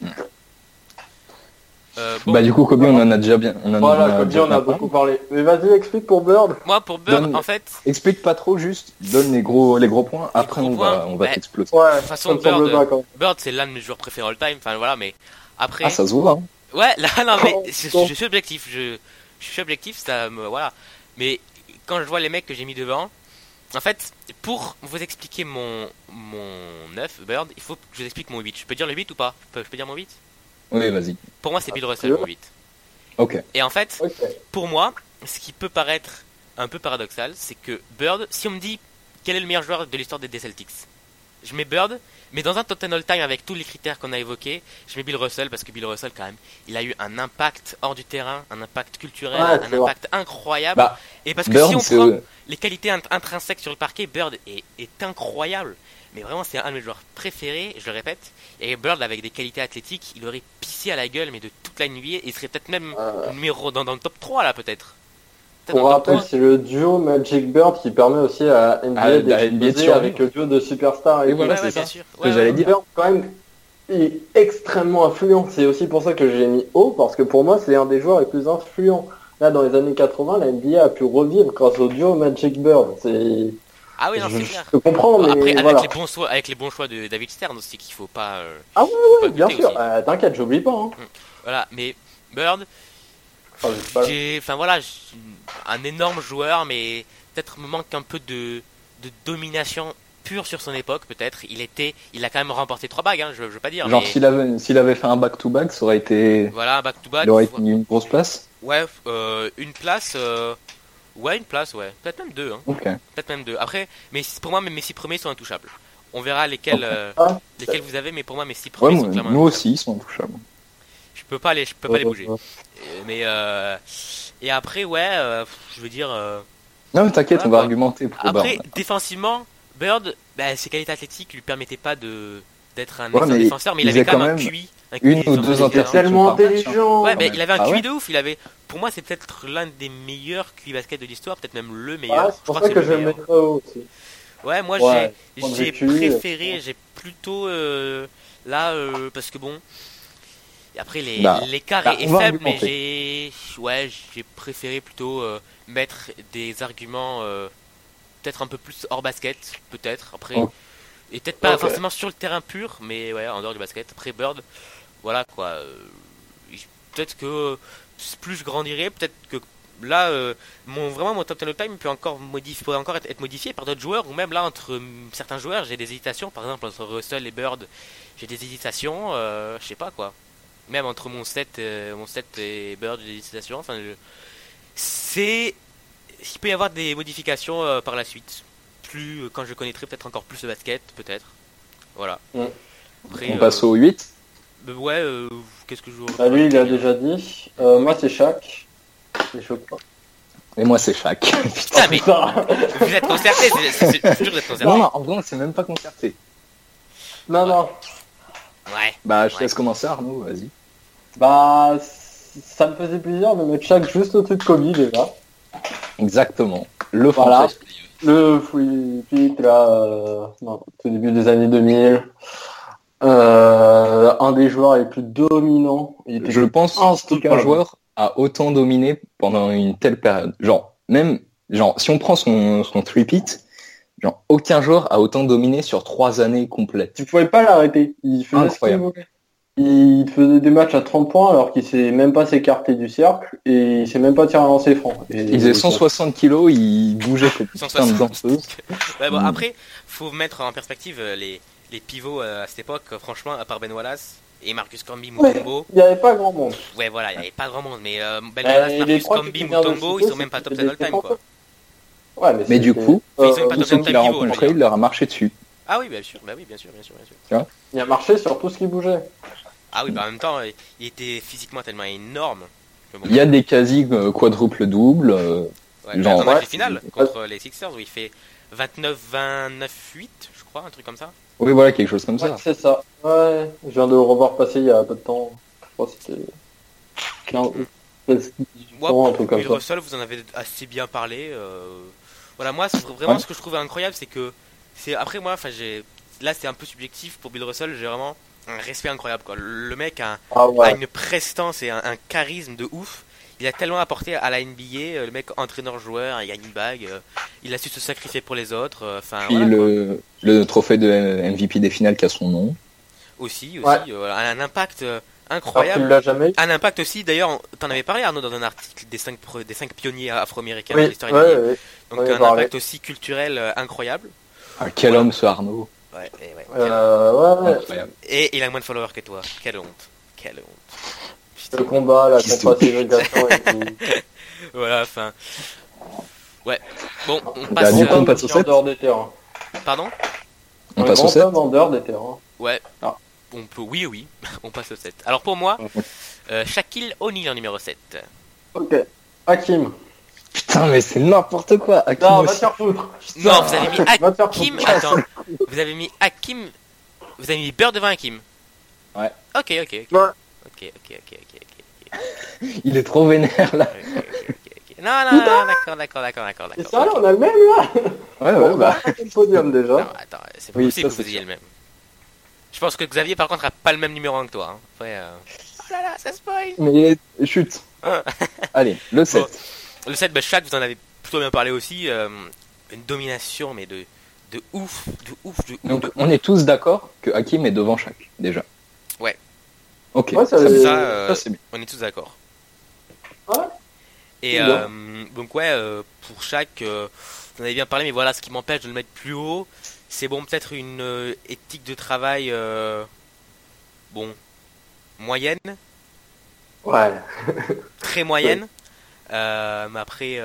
bon. Bah du coup Kobe on en a déjà bien. Kobe on a beaucoup parlé. Mais vas-y, explique pour Bird. Moi pour Bird en fait. Explique pas trop, juste donne les gros points. Après on va t'exploser. Ouais. De toute façon Bird c'est l'un de mes joueurs préférés all time. Enfin voilà, mais après. Ah ça se voit. Hein. Ouais, là non mais je suis objectif. Je suis objectif, ça me voilà. Mais quand je vois les mecs que j'ai mis devant. En fait, pour vous expliquer mon 9, Bird, il faut que je vous explique mon 8. Je peux dire le 8 ou pas? Je peux dire mon 8? Oui, vas-y. Pour moi, c'est Bill Russell, mon 8. Ok. Et en fait, pour moi, ce qui peut paraître un peu paradoxal, c'est que Bird, si on me dit quel est le meilleur joueur de l'histoire des Celtics, je mets Bird, mais dans un top 10 all-time avec tous les critères qu'on a évoqués, je mets Bill Russell parce que Bill Russell, quand même, il a eu un impact hors du terrain, un impact culturel, un impact incroyable. Bah, et parce que Bird, si on prend les qualités intrinsèques sur le parquet, Bird est incroyable. Mais vraiment, c'est un de mes joueurs préférés, je le répète. Et Bird, avec des qualités athlétiques, il aurait pissé à la gueule, mais de toute la NBA, il serait peut-être même numéro dans le top 3, là, peut-être. Pour rappel, c'est le duo Magic Bird qui permet aussi à NBA d'exploser avec le duo de superstars. Et voilà, c'est ça. Sûr. Que j'allais dire. Bird, quand même, il est extrêmement influent. C'est aussi pour ça que j'ai mis haut, parce que pour moi, c'est un des joueurs les plus influents. Là, dans les années 80, la NBA a pu revivre grâce au duo Magic Bird. Ah oui, non, c'est clair. Je comprends, mais après, voilà. avec les bons choix de David Stern aussi, qu'il faut pas... ah ouais, bien sûr. T'inquiète, j'oublie pas. Hein. Voilà, mais Bird... Enfin voilà, un énorme joueur, mais peut-être me manque un peu de domination pure sur son époque, peut-être. Il a quand même remporté 3 bagues, hein, je veux pas dire. Genre mais... s'il avait fait un back-to-back, ça aurait été... Voilà, un back-to-back. Il aurait tenu une grosse place. Ouais, une place... Ouais, une place, ouais. Peut-être même 2. Hein. Ok. Peut-être même 2. Après, mais pour moi, mes 6 premiers sont intouchables. On verra lesquels vous avez, mais pour moi, mes 6 premiers sont clairement nous aussi, ils sont intouchables. Je peux pas les bouger. Mais et après, je veux dire. Non, mais t'inquiète, on va argumenter. Après, défensivement, Bird, ses qualités athlétiques lui permettaient pas d'être un excellent défenseur, mais il avait quand même un QI. Une ou deux interceptions. Tellement intelligent. Ouais, mais il avait un QI de ouf. pour moi, c'est peut-être l'un des meilleurs QI basket de l'histoire, peut-être même le meilleur. Ouais, c'est pour crois ça que c'est je le vais le meilleur. mettre haut aussi. Ouais, moi Ouais, point de j'ai vue QI, préféré, j'ai plutôt là parce que bon, et après Bah, l'écart bah, est on va faible, mais argumenter. j'ai préféré plutôt mettre des arguments peut-être un peu plus hors basket, peut-être après, Ok. et peut-être pas Ok. forcément sur le terrain pur, mais ouais en dehors du basket. Après Bird, voilà quoi. Peut-être que plus je grandirai, peut-être que là, vraiment mon top 10 all time peut encore pourrait encore être modifié par d'autres joueurs, ou même là entre certains joueurs, j'ai des hésitations. Par exemple entre Russell et Bird, j'ai des hésitations. Je sais pas quoi. Même entre mon set et Bird, j'ai des hésitations. Enfin, c'est il peut y avoir des modifications par la suite. Plus quand je connaîtrai peut-être encore plus le basket, peut-être. Voilà. Mm. Après, On passe au 8. ouais, qu'est-ce que je veux Bah, lui, il a rajouter, déjà dit. Moi, c'est Shaq. C'est choquant. Et moi, c'est Shaq. Putain, mais Putain. vous êtes concertés, je suis sûr que vous êtes concertés. Non, non, en vrai, on s'est même pas concerté. Non, non. Ouais. Bah, je te Ouais. laisse commencer, Arnaud, vas-y. Bah, ça me faisait plaisir de mettre Shaq juste au-dessus de Kobe, déjà. Exactement. Le Voilà. franchise player. Le free pick, là, non, au début des années 2000. Un des joueurs les plus dominants. Il était Je pense instoppable. qu'aucun joueur a autant dominé pendant une telle période. Genre, si on prend son three-peat, genre, aucun joueur a autant dominé sur 3 années complètes. Tu pouvais pas l'arrêter. Il faisait ce qu'il Incroyable. voulait. Il faisait des matchs à 30 points alors qu'il s'est même pas s'écarté du cercle et il s'est même pas tiré un lancer franc. Il faisait 160 kilos, il bougeait comme une putain de 160. danseuse. Ouais, bon, Mm. après, faut mettre en perspective les pivots à cette époque, franchement, à part Ben Wallace et Marcus Camby, Mutombo. Il n'y avait pas grand monde. Ouais, voilà, il n'y avait pas grand monde, mais Ben Wallace, Et les Marcus trois Camby, que tu viens de Mutombo, citer, ils sont même pas top 10 c'était all time, des quoi. Ouais, Mais du coup, Mais ils ont pas tous top ceux 10 qu'il a pivot, je veux rencontrés, dire. il leur a marché dessus. Ah oui, bien sûr, bah oui, bien sûr, bien sûr, bien sûr. il a marché sur tout ce qui bougeait. Ah oui, bah en même temps, il était physiquement tellement énorme. Que bon. Il y a des quasi quadruple double. Ouais, genre, un match ouais. de finale contre les Sixers où il fait 29-29-8, je crois, un truc comme ça. Oui, voilà, quelque chose comme Ouais, ça. c'est ça. Ouais, je viens de le revoir passer il y a peu de temps. Je crois que c'était 15, 18 ans, un truc comme Bill ça. Russell, vous en avez assez bien parlé. Voilà, moi, c'est vraiment Ouais. ce que je trouvais incroyable, c'est que après moi, enfin, là, c'est un peu subjectif pour Bill Russell. J'ai vraiment un respect incroyable, quoi. Le mec a Ah a ouais. une prestance et un charisme de ouf. Il a tellement apporté à la NBA, le mec entraîneur-joueur, il gagne une bague, il a su se sacrifier pour les autres. Enfin, Puis voilà, quoi. le trophée de MVP des finales qui a son nom. Aussi, Ouais. un impact Alors qu'il incroyable. l'a jamais eu. Un impact aussi, d'ailleurs, t'en avais parlé Arnaud dans un article des 5 pionniers afro-américains de Oui, l'histoire NBA. ouais. Donc Ouais, un pareil. impact aussi culturel incroyable. Ah, quel Ouais. homme ce Arnaud. Ouais, et, ouais. Ouais. Incroyable. Et il a moins de followers que toi. Quelle honte. Quelle honte. Putain. Le combat, la Qui se contre-ségrégation et tout. Voilà, enfin. Ouais. Bon, on Bah, passe. du coup, on passe au en 7. dehors des terrains. Pardon. On Un passe au grand 7. homme en dehors des terrains. Ouais. Ah. On peut. Oui. On passe au 7. Alors pour moi, Shaquille O'Neal en numéro 7. Ok. Hakim. Putain, mais c'est n'importe quoi. Hakim Non, va te aussi. faire foutre. Non, vous avez mis Va te faire Hakim. foutre. Attends. Vous avez mis Hakim. Vous avez mis Bird devant Hakim. Ouais. Ok. Ouais. Ok. Il est trop vénère là. Non, d'accord. C'est ça, là, on a le même là. Ouais, On ouais, bah. va attaquer le podium déjà. Non, attends, c'est pas Oui, possible ça, que vous c'est ayez sûr. le même. Je pense que Xavier, par contre, a pas le même numéro 1 que toi. Hein. Après, oh là là, ça spoil. Mais chut. Allez, le 7. Bon. Le 7, bah, Shaq, vous en avez plutôt bien parlé aussi. Une domination, mais de ouf. Donc, on est tous d'accord que Hakim est devant Shaq, déjà. Ouais. Ok, Ouais, ça ça, veut- ça, c'est bien. On est tous d'accord. Ouais. Et C'est bien. donc, ouais, pour Shaq, vous en avez bien parlé, mais voilà, ce qui m'empêche de le mettre plus haut, c'est bon, peut-être une éthique de travail, moyenne, Ouais. très moyenne. Mais après,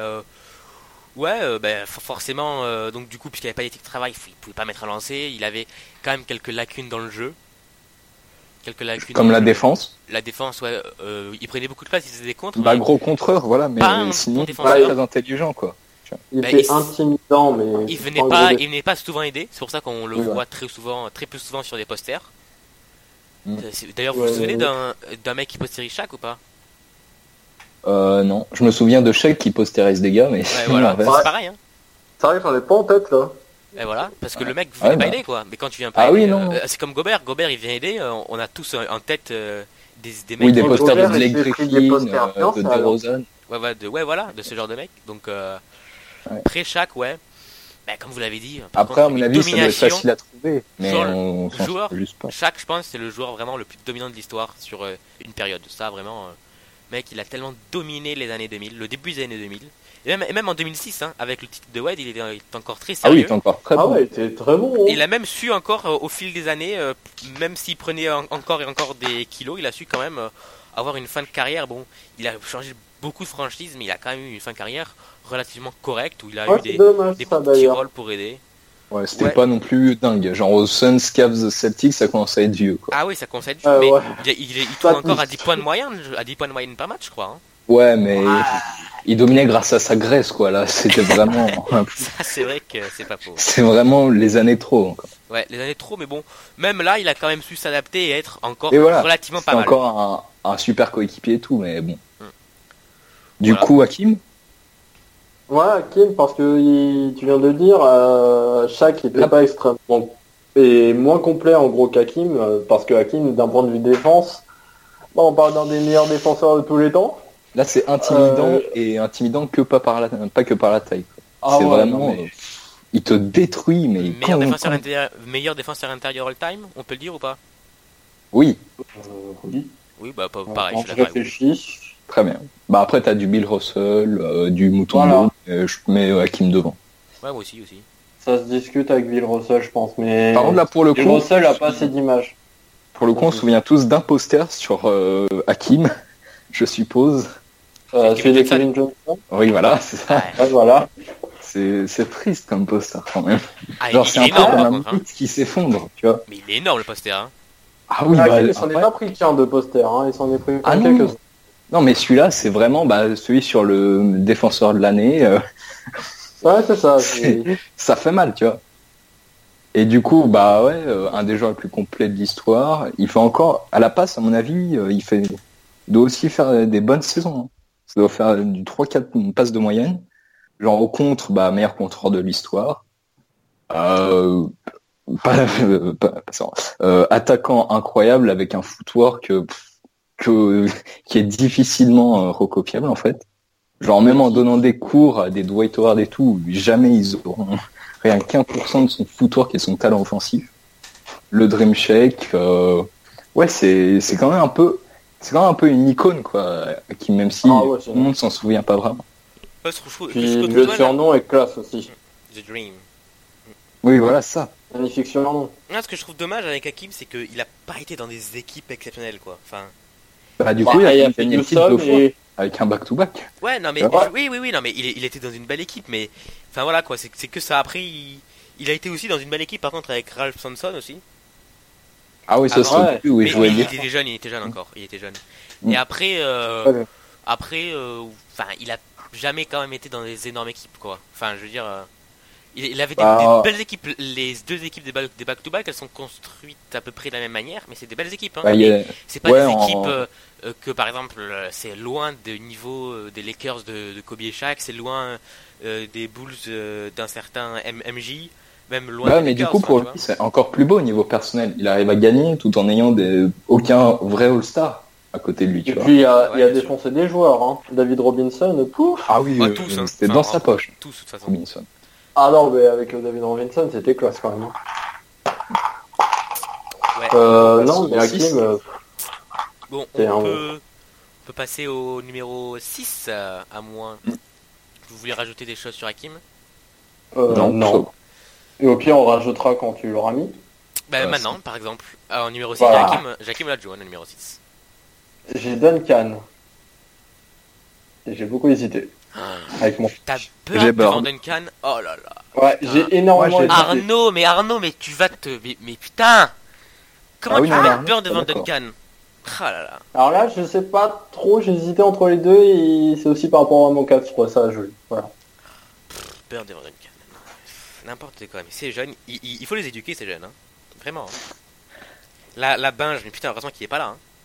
forcément, donc du coup, puisqu'il n'y avait pas d'éthique de travail, il pouvait pas mettre un lancer. Il avait quand même quelques lacunes dans le jeu. Comme la dans le jeu. défense. La défense, ouais, il prenait beaucoup de place, il faisait des contres. Bah, mais- gros contreur, voilà, mais Pas un sinon, bon pas défenseur. très intelligent, quoi. Il Bah, était il- intimidant, mais. Il c'est venait un pas, gros dé- il venait pas souvent aider. C'est pour ça qu'on le Oui, voit ouais. très peu souvent sur des posters. Mm. D'ailleurs, vous Ouais, vous souvenez ouais. d'un mec qui poste Shaq ou pas? Non, je me souviens de Shaq qui posterise des gars, mais Ouais, voilà, l'inverse. c'est pareil, hein. C'est vrai que j'en ai pas en tête là. Et voilà, parce que le mec Ouais, venait pas bah. aider quoi. Mais quand tu viens pas Ah oui, aider, non. c'est comme Gobert. Gobert il vient aider. On a tous en tête des mecs. Oui, des Bon, posters de Gobert, Blake il fait des Griffin, posters de influenceurs, alors. DeRozan. Ouais, voilà, de ce genre de mec. Donc Ouais. après chaque, ouais. Bah, comme vous l'avez dit. Par Après, à contre, mon une avis, ça doit être domination. facile à trouver, mais Joueur- on s'en joueur- fout juste pas. Chaque, je pense, c'est le joueur vraiment le plus dominant de l'histoire sur une période. Ça, vraiment, mec, il a tellement dominé les années 2000, le début des années 2000. Et même en 2006, hein, avec le titre de Wade, il est encore très Ah oui, sérieux. t'es encore très Ah bon. ouais, t'es très bon. Hein. Il a même su encore, au fil des années, même s'il prenait encore et encore des kilos, il a su quand même avoir une fin de carrière. Bon, il a changé beaucoup de franchises, mais il a quand même eu une fin de carrière relativement correcte, où il a Ouais, eu c'est dommage des ça petits d'ailleurs. rôles pour aider. Ouais, c'était Ouais. pas non plus dingue. Genre aux Suns, Cavs, Celtics, ça commençait à être vieux, quoi. Ah oui, ça concède, Ah mais ouais. il Pas tourne encore de- à 10 points de moyenne, à 10 points de moyenne par match, je crois. Hein. Ouais, mais il dominait grâce à sa graisse, quoi. Là, c'était vraiment, Ça, c'est vrai que c'est pas faux. c'est vraiment les années trop. Encore. Ouais, les années trop, mais bon, même là, il a quand même su s'adapter et être encore Et voilà, relativement c'est pas mal. encore un super coéquipier et tout, mais bon. Du Voilà. coup, Hakim, Ouais, Hakim, parce que tu viens de le dire, Shaq était Ah. pas extrêmement et moins complet en gros qu'Hakim, parce que Hakim, d'un point de vue défense, bon, on parle d'un des meilleurs défenseurs de tous les temps. là, c'est intimidant et intimidant pas que par la taille. Ah c'est ouais, vraiment, non, mais- il te détruit, mais Meilleur défenseur intérieur all-time, on peut le dire ou pas? Oui, Oui. Oui, bah pareil, Quand je suis je d'accord avec vous. réfléchis. très bien. Bah après, t'as du Bill Russell, du Mouton Voilà. je mets Hakim devant. Ouais, moi aussi. Ça se discute avec Bill Russell, je pense, mais Par contre, là, pour le Bill coup, Russell a pas assez d'image. on se souvient tous d'un poster sur Hakim, je suppose. Celui de Johnson. Kevin Johnson. Oui, voilà, c'est ça. Ouais. Ouais, voilà. C'est triste comme poster quand même. Ah, Genre, il c'est est un peu énorme comme par un contre. Hein. mythe qui s'effondre, tu vois. Mais il est énorme le poster. Hein. Ah oui, Hakim, bah, il s'en est après- pas pris qu'un de poster, hein. Il s'en est pris Ah non. quelques-uns. Non, mais celui-là, c'est vraiment celui sur le défenseur de l'année. Ouais, c'est ça. Ça fait mal, tu vois. Et du coup, bah ouais, un des joueurs les plus complets de l'histoire. Il fait encore, à la passe, à mon avis, il doit aussi faire des bonnes saisons. Hein. Ça doit faire du 3-4 passes de moyenne. Genre au contre, meilleur contreur de l'histoire. Attaquant incroyable avec un footwork qui est difficilement recopiable en fait. Genre même en donnant des cours à des Dwight Howard et tout, jamais ils auront rien qu'1% de son footwork et son talent offensif. Le Dream Shake, ouais c'est quand même un peu une icône quoi, qui même si Ah ouais, tout le monde s'en souvient pas vraiment. Ouais, je trouve Puis que le Toussaint, surnom est classe aussi. The Dream. Oui voilà ça. Magnifique surnom. Non, ce que je trouve dommage avec Hakim, c'est qu'il a pas été dans des équipes exceptionnelles quoi. Enfin, Du coup il il a a fait gagné le titre Houston deux fois et avec un back-to-back. ouais, non mais Ouais. oui, non mais il était dans une belle équipe, mais enfin voilà quoi, c'est que ça après il a été aussi dans une belle équipe par contre avec Ralph Sampson aussi. Ah oui ça Ah, c'est ouais. au plus où il Mais jouait il bien. était jeune encore, il était jeune. Mm. Et après, Ouais. enfin, il a jamais quand même été dans des énormes équipes, quoi. Enfin, je veux dire, il avait Bah, des belles équipes. Les deux équipes des back-to-back, elles sont construites à peu près de la même manière, mais c'est des belles équipes. Hein. Bah, il y a- C'est pas ouais, des en- équipes que, par exemple, c'est loin du niveau des Lakers de Kobe et Shaq, c'est loin des Bulls d'un certain MJ, même loin Bah, des mais du Lakers. coup, enfin, pour tu lui, vois. c'est encore plus beau au niveau personnel. Il arrive à gagner tout en ayant aucun vrai All-Star à côté de lui, tu Et vois. puis il a Ouais, bien défoncé des joueurs. Hein. David Robinson, pouf. Ah oui, Ouais, tous, hein. c'était Enfin, dans sa poche, Tous, de toute façon. Robinson. Ah non, mais avec David Robinson, c'était classe quand même. Hein. Ouais. Non, mais six. Hakim, Bon, C'est un- on peut passer au numéro 6, à moins que vous voulez rajouter des choses sur Hakim. non. Et au pire, on rajoutera quand tu l'auras mis. Bah, Ouais, maintenant, par exemple, en numéro 6, Voilà. Hakim Olajuwon, au numéro 6. J'ai Duncan. Et j'ai beaucoup hésité. Avec mon... T'as J'ai peur devant Bird. Duncan? Oh là là. Ouais, j'ai énormément Moi, j'ai- hésité. Arnaud, mais tu vas te... Mais putain! Comment Ah oui, tu non, peux non, avoir peur non, devant d'accord. Duncan? Ah là là. Alors là, je sais pas trop, j'ai hésité entre les deux et c'est aussi par rapport à mon cas, je trouve ça joli. Voilà. Peur devant Duncan. N'importe quoi, mais c'est jeune, il faut les éduquer ces jeunes, hein. Vraiment. Hein. La binge, mais putain, heureusement qu'il est pas là. Hein.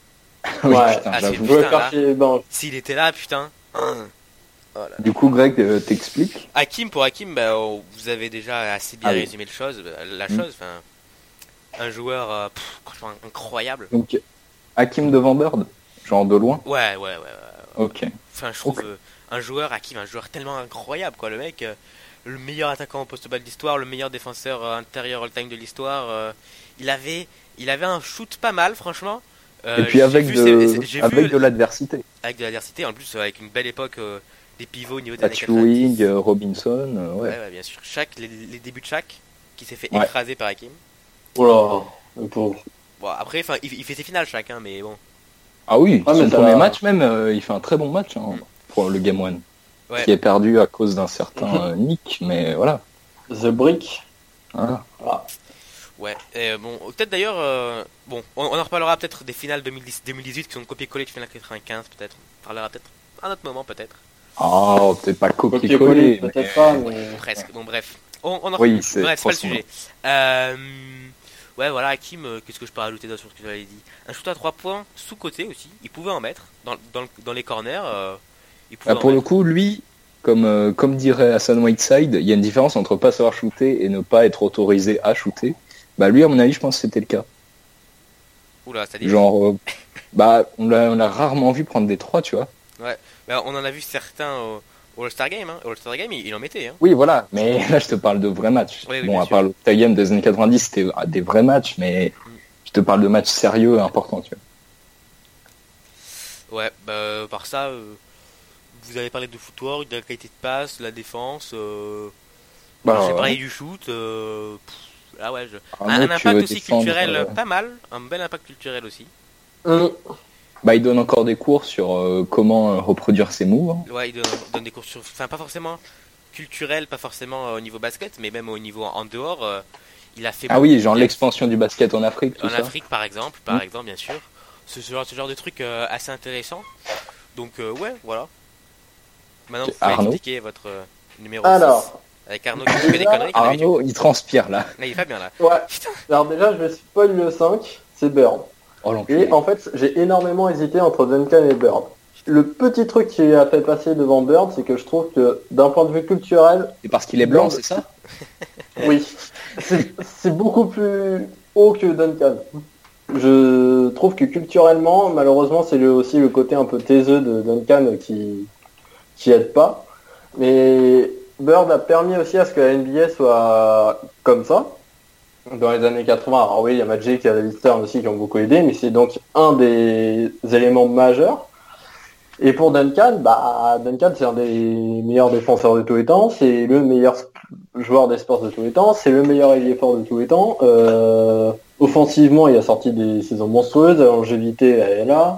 Oui, Ouais. putain, Ah, j'avoue. c'est- Je voulais Putain, là. faire chez Banque. S'il était là, putain. Oh là. Du coup, Greg, t'expliques. Pour Hakim, bah, vous avez déjà assez bien Ah oui. résumé la Mm. chose. Enfin, un joueur franchement incroyable. Donc, Hakim devant Bird, genre de loin. Ouais. Ok. Enfin, je trouve Ok. un joueur Hakim, un joueur tellement incroyable, quoi. Le mec, le meilleur attaquant au poste bas de l'histoire, le meilleur défenseur intérieur all-time de l'histoire. Il avait un shoot pas mal, franchement. Et puis avec de l'adversité. Avec de l'adversité, en plus avec une belle époque des pivots au niveau des années Pat 90. Ewing, Robinson, ouais. Ouais, bien sûr. Les débuts de Shaq, qui s'est fait Ouais. écraser par Hakim. Oh là, le pauvre. Bon, après, enfin, il fait ses finales Shaq, hein, mais bon. Ah oui, Ouais, mais son ça premier va. match même, il fait un très bon match hein, pour le Game 1. Ouais. Qui est perdu à cause d'un certain Nick, mais voilà. The Brick. Voilà. Ouais, bon, peut-être d'ailleurs, bon, on en reparlera peut-être des finales 2018 qui sont copié-collé de finale 95, peut-être. On parlera peut-être à un autre moment, peut-être. Oh, peut-être pas Copier-coller, copier-coller. mais- peut-être pas, mais. Presque, bon, bref. On en Oui, c'est bref, c'est pas le trop sujet. Ouais, voilà, Hakim, qu'est-ce que je peux rajouter sur ce que tu avais dit? Un shoot à 3 points sous-côté aussi, il pouvait en mettre dans les corners. Il pouvait Bah, en pour le mettre. coup, lui, comme dirait Hassan Whiteside, il y a une différence entre pas savoir shooter et ne pas être autorisé à shooter. Bah lui, à mon avis, je pense que c'était le cas. Oula, c'est-à-dire. Genre, bah on l'a rarement vu prendre des 3, tu vois. Bah, on en a vu certains au All-Star Game. Hein. Au All-Star Game, il en mettait. Hein. Oui, voilà, mais là, je te parle de vrais matchs. Oui, bon, bien à sûr. part le All-Star Game des années 90, c'était des vrais matchs, mais je te parle de matchs sérieux et importants, tu vois. Ouais, bah, par ça, vous avez parlé de footwork, de la qualité de passe, de la défense. Bah, J'ai ouais. parlé du shoot. Là, ouais, Arnaud, un tu impact veux aussi défendre, culturel pas mal. Un bel impact culturel aussi. Bah, il donne encore des cours sur comment reproduire ses moves. Hein. Ouais, il donne des cours sur. Enfin, pas forcément culturel, pas forcément au niveau basket, mais même au niveau en dehors. Il a fait. Ah oui, genre il a- l'expansion du basket en Afrique, tout En ça. Afrique, par exemple, bien sûr. Ce genre de truc assez intéressant. Donc, ouais, voilà. Maintenant, vous pouvez Arnaud. expliquer votre numéro 6. Alors, Avec Arnaud qui fait des conneries comme d'habitude. Arnaud, il transpire là. Là, il est pas bien là. ouais. Putain. Alors déjà, je vais spoil le 5, c'est Bird. Oh l'enculé. Et en fait, j'ai énormément hésité entre Duncan et Bird. Le petit truc qui a fait passer devant Bird, c'est que je trouve que d'un point de vue culturel, C'est parce qu'il est blanc, c'est ça? oui, c'est beaucoup plus haut que Duncan. Je trouve que culturellement, malheureusement, c'est aussi le côté un peu taiseux de Duncan qui aide pas. Mais Bird a permis aussi à ce que la NBA soit comme ça. Dans les années 80, alors oui, il y a Magic et David Stern aussi qui ont beaucoup aidé, mais c'est donc un des éléments majeurs. Et pour Duncan, Duncan c'est un des meilleurs défenseurs de tous les temps, c'est le meilleur joueur des sports de tous les temps, c'est le meilleur ailier fort de tous les temps. Offensivement, il a sorti des saisons monstrueuses, la longévité elle est là.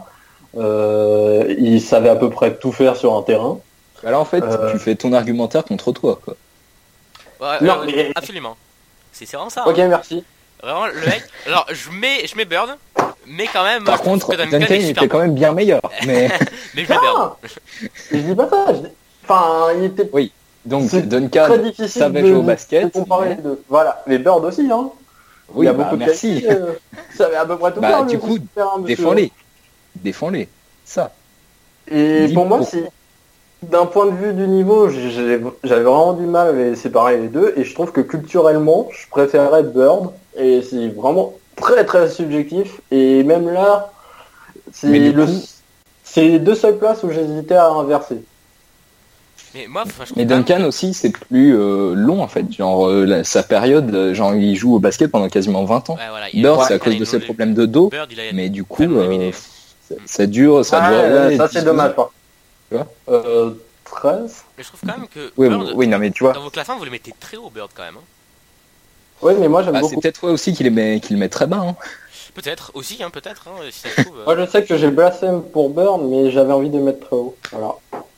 Il savait à peu près tout faire sur un terrain. Bah là, en fait, tu fais ton argumentaire contre toi, quoi. Ouais, Non, mais- absolument. C'est vraiment ça. Ok, Hein. merci. Vraiment, le mec. Alors, je mets Bird, mais quand même. Par je trouve contre, que Duncan, est il super était quand même bien meilleur. Mais Mais je mets Bird. Ah, je dis pas ça. Enfin, il était donc, C'est Duncan très difficile savait de jouer au basket. comparer mais- les deux. Voilà, mais Bird aussi, hein. Il Oui, y a bah, beaucoup de merci. qualité, ça avait à peu près tout Bah, faire, du le coup, terrain, monsieur. Défends-les. Défends-les. Ça. Et Dis pour moi, pourquoi. c'est d'un point de vue du niveau, j'avais vraiment du mal à les séparer les deux, et je trouve que culturellement, je préférerais Bird, et c'est vraiment très très subjectif, et même là, Mais du coup- c'est les deux seules places où j'hésitais à inverser. Mais moi, enfin, je trouve Mais quand même- Duncan aussi, c'est plus long, en fait. Genre, sa période, genre, il joue au basket pendant quasiment 20 ans. Ouais, voilà, Bird, ouais, c'est à cause il de a ses une- problèmes de dos. Bird, il a Mais du coup, pas nominé. ça dure, ça Ah, doit... ça c'est dommage, quoi. Tu vois 13. Mais je trouve quand même que Oui, Bird, oui, non, mais tu vois, dans vos classements, vous le mettez très haut, Bird, quand même. Hein. Oui, mais moi j'aime bah, c'est beaucoup. peut-être toi aussi qui le met très bas. Hein. Peut-être, aussi, hein, peut-être, hein, si ça se trouve. Moi je sais que j'ai blasphème pour Bird, mais j'avais envie de le mettre très haut. Voilà.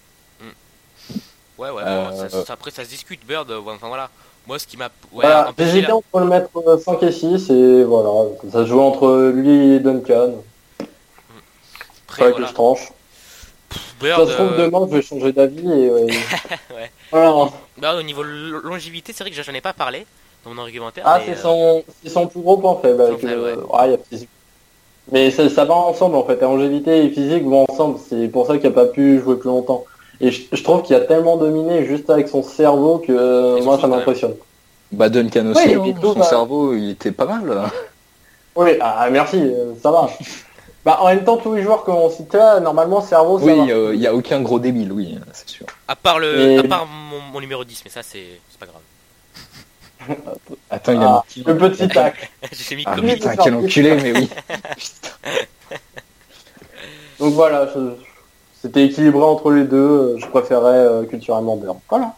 Ouais, ouais, Euh, bon, après ça se discute, Bird, enfin voilà. Moi, ce qui m'a. Ouais, Voilà, empêché j'hésitais là- entre le mettre 5 et 6, et voilà, ça se joue entre lui et Duncan. Après, Faudrait que voilà. je tranche. Bird, Ça se trouve demain je vais changer d'avis et Ouais. Voilà. Bird, au niveau longévité, c'est vrai que j'en ai pas parlé dans mon argumentaire. Ah, mais, c'est son plus gros point faible. Avec, faible, ouais. ah, il y a petit- Mais ça va ensemble en fait, longévité et physique vont ensemble, c'est pour ça qu'il n'a pas pu jouer plus longtemps. Et je trouve qu'il a tellement dominé juste avec son cerveau que moi ça m'impressionne. Bah Duncan aussi, son cerveau il était pas mal. Oui, merci, ça va. Bah en même temps tous les joueurs qu'on cite là, normalement cerveau ça va. Oui, il n'y a aucun gros débile, oui, c'est sûr. À part mon numéro 10, mais ça c'est pas grave. Attends, il a mis le petit tac. J'ai mis putain, quel enculé, mais oui. Donc voilà, c'était équilibré entre les deux. Je préférais culturellement Bird. Voilà.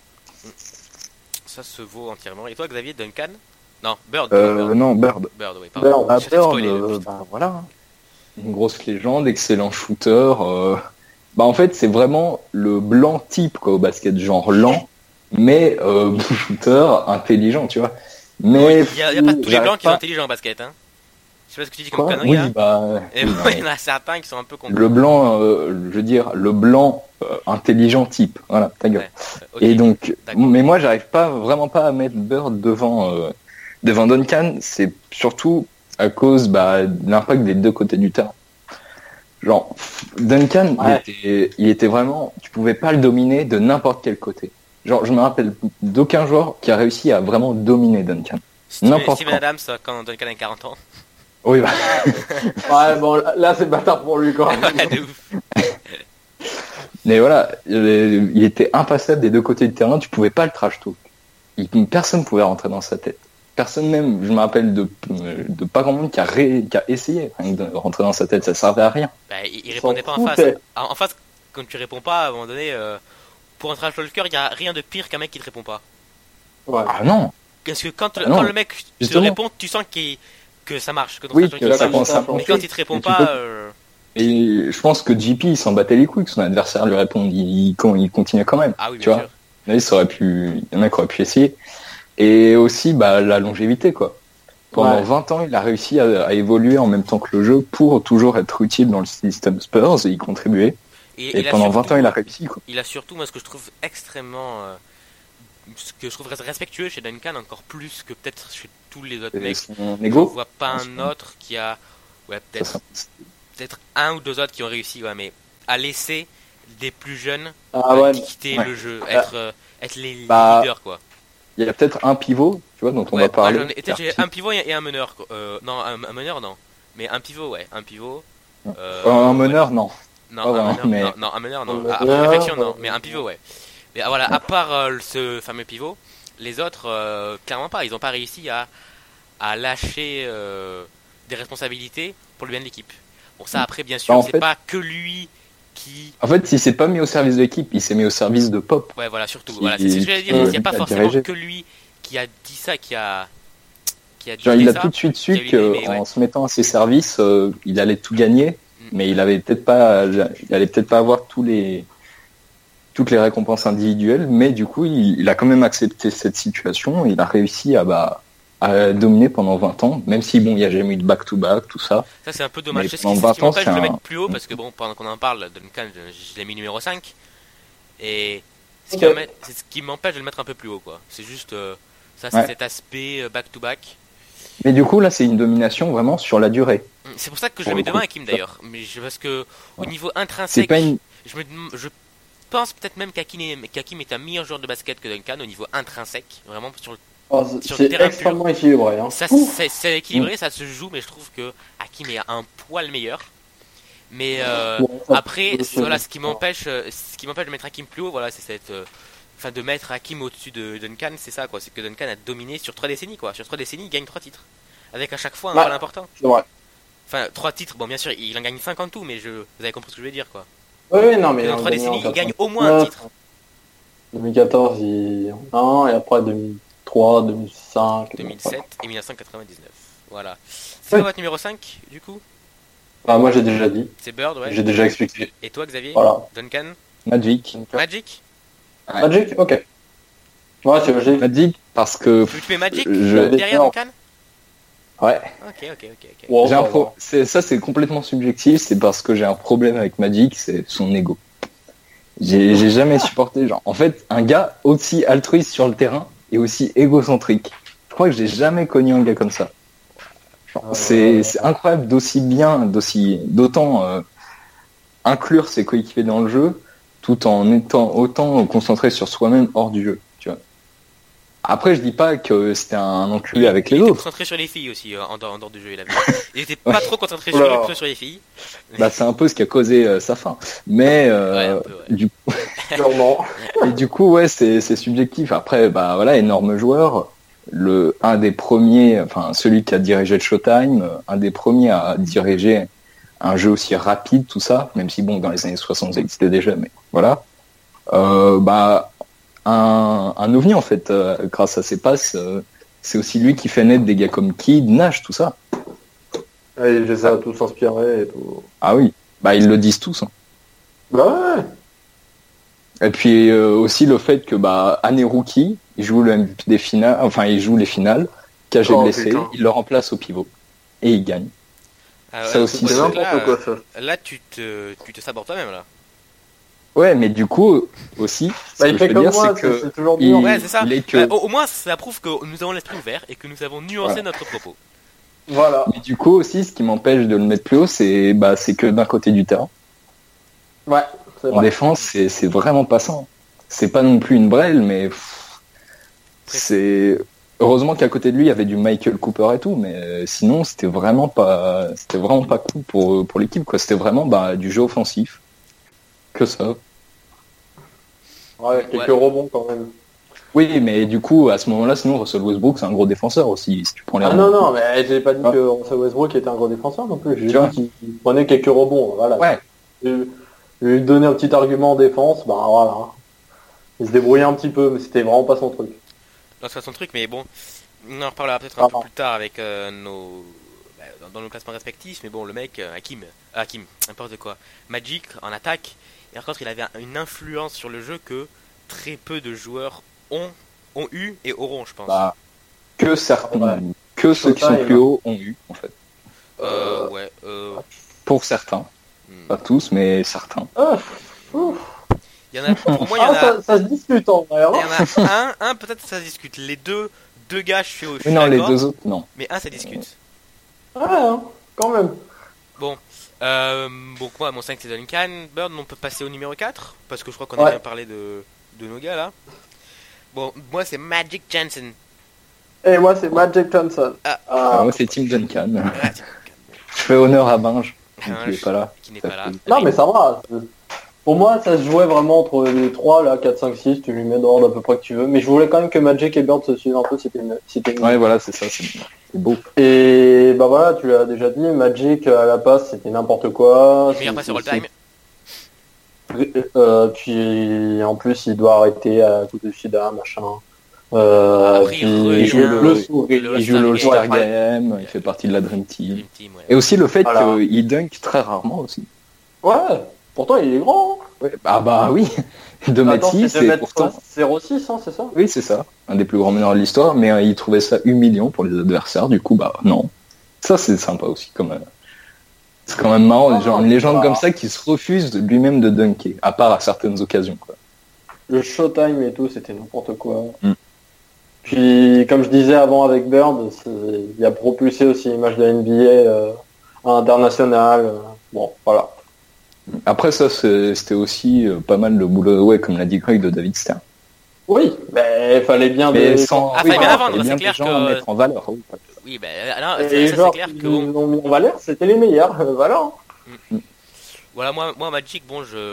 Ça se vaut entièrement. Et toi, Xavier, Duncan? Non, Bird. Non, Bird. Bird, oui, pardon. Bird, voilà. Une grosse légende, excellent shooter. Bah en fait, c'est vraiment le blanc type quoi au basket, genre lent. Mais shooter intelligent, tu vois. Mais il y a pas tous les blancs qui sont intelligents en basket, hein. Je sais pas ce que tu dis comme connerie. Oui, hein. bah. Et oui, il y en a certains qui sont un peu compliqués. Le blanc, je veux dire, le blanc intelligent type. Voilà, ta gueule. Ouais, okay. Et donc, mais moi, j'arrive vraiment pas à mettre Bird devant Duncan. C'est surtout à cause de l'impact des deux côtés du terrain. Genre, Duncan, il était vraiment, tu pouvais pas le dominer de n'importe quel côté. Genre, je me rappelle d'aucun joueur qui a réussi à vraiment dominer Duncan. Steven Adams quand Duncan a 40 ans. Oui, bah. Ouais, bon, là c'est bâtard pour lui, quoi. Ouais, de ouf. Mais voilà, il était impassable des deux côtés du terrain, tu pouvais pas le trash talk. Personne pouvait rentrer dans sa tête. Personne même, je me rappelle de pas grand monde qui a essayé de rentrer dans sa tête, ça servait à rien. Bah, il répondait pas en face. En face, quand tu réponds pas, à un moment donné, pour un trash talker, il y a rien de pire qu'un mec qui te répond pas. Ouais. Ah non. Parce que quand le mec te répond, tu sens que ça marche. Que ton oui, que ça commence à mais quand il te répond pas... Et je pense que JP, il s'en battait les couilles que son adversaire lui réponde. Il continuait quand même. Ah oui, tu vois. Là, il y en a qui auraient pu essayer. Et aussi, la longévité, quoi. Pendant 20 ans, il a réussi à évoluer en même temps que le jeu pour toujours être utile dans le système Spurs et y contribuer. Et pendant 20 ans, il a réussi, quoi. Il a surtout, moi, ce que je trouve extrêmement... ce que je trouve respectueux chez Duncan, encore plus que peut-être chez tous les autres mecs. Je vois pas un autre qui a... Ouais, peut-être un ou deux autres qui ont réussi, mais à laisser des plus jeunes quitter le jeu, être les leaders, quoi. Il y a peut-être un pivot, tu vois, dont on va parler. J'ai un pivot et un meneur. Non, un meneur, non. Mais un pivot, ouais. Un pivot. Un meneur, non. Non, un meneur, non. Après réflexion, non. Mais un pivot, ouais. Mais voilà, à part ce fameux pivot, les autres, clairement pas. Ils n'ont pas réussi à lâcher des responsabilités pour le bien de l'équipe. Bon, ça, après, bien sûr, c'est pas que lui qui... En fait, il s'est pas mis au service de l'équipe, il s'est mis au service de Pop. Ouais, voilà, surtout. Voilà, c'est ce que j'allais dire. Il n'y a pas forcément que lui qui a dit ça, qui a dit il a ça, tout de suite su qu'en se mettant à ses services, il allait tout gagner, mais il allait peut-être pas avoir toutes les récompenses individuelles, mais du coup, il a quand même accepté cette situation, il a réussi à dominer pendant 20 ans, même si il n'y a jamais eu de back-to-back, tout ça. Ça, c'est un peu dommage. Mais c'est ce qui m'empêche de le mettre plus haut, parce que pendant qu'on en parle, Duncan, je l'ai mis numéro 5, et c'est ce qui m'empêche de le mettre un peu plus haut, quoi. C'est juste, c'est cet aspect back-to-back. Mais du coup, là, c'est une domination vraiment sur la durée. C'est pour ça que je le mets devant Hakim, d'ailleurs. Mais parce que, au niveau intrinsèque, je pense peut-être même qu'Hakim est un meilleur joueur de basket que Duncan, au niveau intrinsèque, vraiment sur le c'est extrêmement équilibré. Hein. C'est équilibré, ça se joue, mais je trouve que Hakim est un poil meilleur. Mais après, voilà, ce qui m'empêche de mettre Hakim plus haut, voilà, c'est cette, de mettre Hakim au-dessus de Duncan, c'est ça, quoi. C'est que Duncan a dominé sur 3 décennies, quoi. Sur 3 décennies, il gagne 3 titres, avec à chaque fois un rôle important. C'est vrai. Enfin, 3 titres, bon, bien sûr, il en gagne 5 en tout, mais vous avez compris ce que je veux dire, quoi. Oui, non, mais dans 3 décennies, il gagne au moins un titre. 2014, et après 2003, 2005... 2007 et 1999. Voilà. C'est quoi votre numéro 5, du coup? Moi, j'ai déjà dit. C'est Bird, ouais. J'ai déjà expliqué. Et toi, Xavier? Voilà. Duncan? Magic? Ouais. Magic? Ok. Ouais, c'est logique. Magic, parce que... Tu mets Magic derrière Duncan? Ouais. Ok. Ça, c'est complètement subjectif, c'est parce que j'ai un problème avec Magic, c'est son ego. J'ai jamais supporté, en fait, un gars aussi altruiste sur le terrain et aussi égocentrique. Je crois que j'ai jamais connu un gars comme ça. C'est incroyable d'autant inclure ses coéquipiers dans le jeu, tout en étant autant concentré sur soi-même hors du jeu. Tu vois. Après, je dis pas que c'était un enculé avec les Il était autres. concentré sur les filles aussi, en dehors du jeu. Il était pas trop concentré sur les filles. Bah, c'est un peu ce qui a causé sa fin. Mais un peu, ouais. du coup, Sûrement. et du coup, ouais, c'est subjectif. Après, bah voilà, énorme joueur. Un des premiers, enfin celui qui a dirigé le Showtime, un des premiers à diriger un jeu aussi rapide, tout ça, même si bon, dans les années 60 ça existait déjà, mais voilà. Bah un ovni en fait, grâce à ses passes, c'est aussi lui qui fait naître des gars comme Kid, Nash, tout ça. Et il les a tous inspirés et tout. Ah oui, bah ils le disent tous. Hein. Bah ouais. Et puis aussi le fait que bah année rookie, il joue le MVP des finales, enfin il joue les finales, KG blessé, putain. il le remplace au pivot et il gagne. Ça aussi, C'est n'importe quoi ça. Là, tu te sabores toi-même là. Ouais, mais du coup aussi, ce Bah, que il je fait veux comme dire, moi, c'est que c'est toujours il- dur. Ouais, c'est ça. il est que- Au moins, ça prouve que nous avons l'esprit ouvert et que nous avons nuancé Voilà. notre propos. Voilà. Mais du coup aussi, ce qui m'empêche de le mettre plus haut, c'est que d'un côté du terrain, Ouais, c'est en vrai. défense, c'est vraiment pas ça. C'est pas non plus une brêle, mais c'est heureusement qu'à côté de lui, il y avait du Michael Cooper et tout, mais sinon, c'était vraiment pas cool pour l'équipe, quoi. C'était vraiment du jeu offensif, que ça. Ouais, quelques Ouais. rebonds quand même. Oui, mais du coup, à ce moment-là, sinon, Russell Westbrook, c'est un gros défenseur aussi, si tu prends les Ah rebonds. non, mais j'ai pas dit Ah. que Russell Westbrook était un gros défenseur non plus. J'ai Tu vois. dit qu'il prenait quelques rebonds. Voilà. Ouais. Je lui donnais un petit argument en défense, bah voilà. Il se débrouillait un petit peu, mais c'était vraiment pas son truc. Non, c'est pas son truc, mais bon, on en reparlera peut-être un peu Ah. plus tard avec dans nos classements respectifs. Mais bon, le mec, Hakim, n'importe quoi. Magic en attaque. Et par contre, il avait une influence sur le jeu que très peu de joueurs ont eu et auront, je pense. Bah, que certains, Ouais. que ceux qui sont Showtime. plus hauts ont eu, en fait. Ouais. Pour certains. Pas tous, mais certains. Ah, ouf. Il y en a, pour moi, il y en Ah, a, ça se discute en vrai. hein. il y en a un peut-être ça se discute. Les deux gars, je suis Mais non, les d'accord, deux autres, non. mais un, ça discute. Ouais, hein, quand même. Bon, quoi, mon 5 c'est Duncan. Bird, on peut passer au numéro 4 parce que je crois qu'on a Ouais. bien parlé de nos gars là. Bon, moi c'est Magic Johnson. Et moi, c'est Magic Johnson. Ah, moi, c'est Tim Duncan. Ah, Je fais honneur à Binge, qui Binge. est pas là. qui n'est pas là. Non, mais ça va. Pour moi, ça se jouait vraiment entre les 3, là, 4, 5, 6. Tu lui mets d'ordre à peu près que tu veux. Mais je voulais quand même que Magic et Bird se suivent un peu. C'était mieux. Ouais, voilà, c'est ça, c'est beau. Et bah voilà, tu l'as déjà dit, Magic à la passe, c'était n'importe quoi. Meilleur passeur all-time. Puis en plus, il doit arrêter à coup de sida, machin. Après, Puis il il joue revient. le sourire. Le Il joue le All-Star All-Star Game. Game, il fait partie de la Dream Team. Dream Team, ouais. Et aussi le fait Voilà. qu'il dunk très rarement aussi. Ouais, pourtant il est grand. Hein. Ouais, bah oui, 2 Attends, m 6 c'est et pourtant... 0,6, hein, c'est ça? Oui, c'est ça, un des plus grands meneurs de l'histoire, mais il trouvait ça humiliant pour les adversaires, du coup, bah non. Ça, c'est sympa aussi, comme... c'est quand même marrant, Ah, genre, une légende bah. comme ça qui se refuse lui-même de dunker, à part à certaines occasions, quoi. Le Showtime et tout, c'était n'importe quoi. Mm. Puis, comme je disais avant avec Bird, il a propulsé aussi l'image de la NBA à international. Bon, voilà. Après ça, c'était aussi pas mal le boulot, ouais, comme l'a dit Greg, de David Stern. Oui, mais il fallait bien Mais des... sans... Ah, fallait bien voilà, vendre, fallait c'est bien clair des gens que- mettre en valeur. Oui. Oui, non, Et ça, les c'est joueurs clair qui que nous ont mis en valeur, c'était les meilleurs. Voilà. voilà, moi Magic, bon, je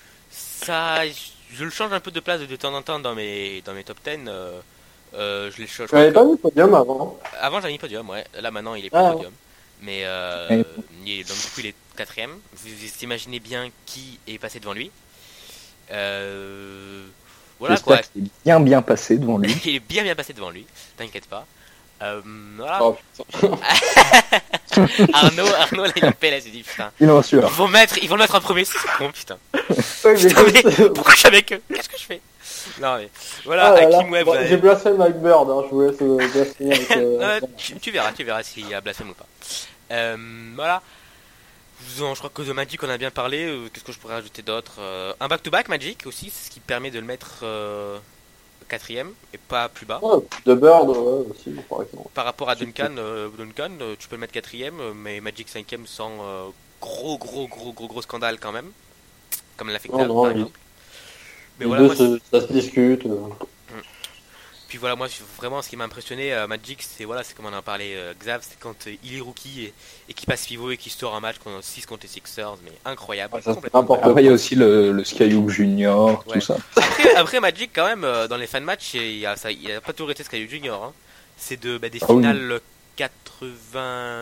le change un peu de place de temps en temps dans mes top 10. Je les change. Je n'avais pas mis podium avant. Avant j'avais mis podium, ouais. Là maintenant il est Ah, pas ouais. podium. Mais Et- donc du coup il est 4ème. Vous imaginez bien qui est passé devant lui. Voilà quoi. J'espère qu'il est bien passé devant lui. Il est bien passé devant lui. T'inquiète pas. Voilà. Oh, putain. Arnaud là il appelle, il s'est dit putain. Il en sueur. Ils vont le mettre en premier, c'est con putain. Ouais, mais Putain, mais écoute, pourquoi je suis avec eux? Qu'est-ce que je fais? Non mais voilà, ah là là. Hakim Webb. Bon, j'ai blasphème avec Bird, hein. Je vous laisse blasphémer avec... Tu verras s'il y a blasphème ou pas. Voilà. Je crois que de Magic on a bien parlé. Qu'est-ce que je pourrais rajouter d'autre? Un back-to-back Magic aussi, c'est ce qui permet de le mettre quatrième et pas plus bas. Ouais, The Bird aussi, par exemple. Par rapport à Duncan, tu peux le mettre quatrième, mais Magic cinquième sans gros scandale quand même, comme l'affectable Non, par oui. exemple. Mais Les voilà, moi, deux, ça se discute. puis voilà, moi vraiment ce qui m'a impressionné à Magic, c'est comme on en parlait Xav, c'est quand il est rookie et qu'il passe pivot et qu'il sort un match 6 contre les Sixers, mais incroyable. Ouais, ça, c'est complètement n'importe incroyable. Après, il y a aussi le Skyhook Junior, Ouais. tout ça. Après Magic quand même dans les fan matchs il a pas toujours été Sky Junior hein. C'est des Ah oui. finales 80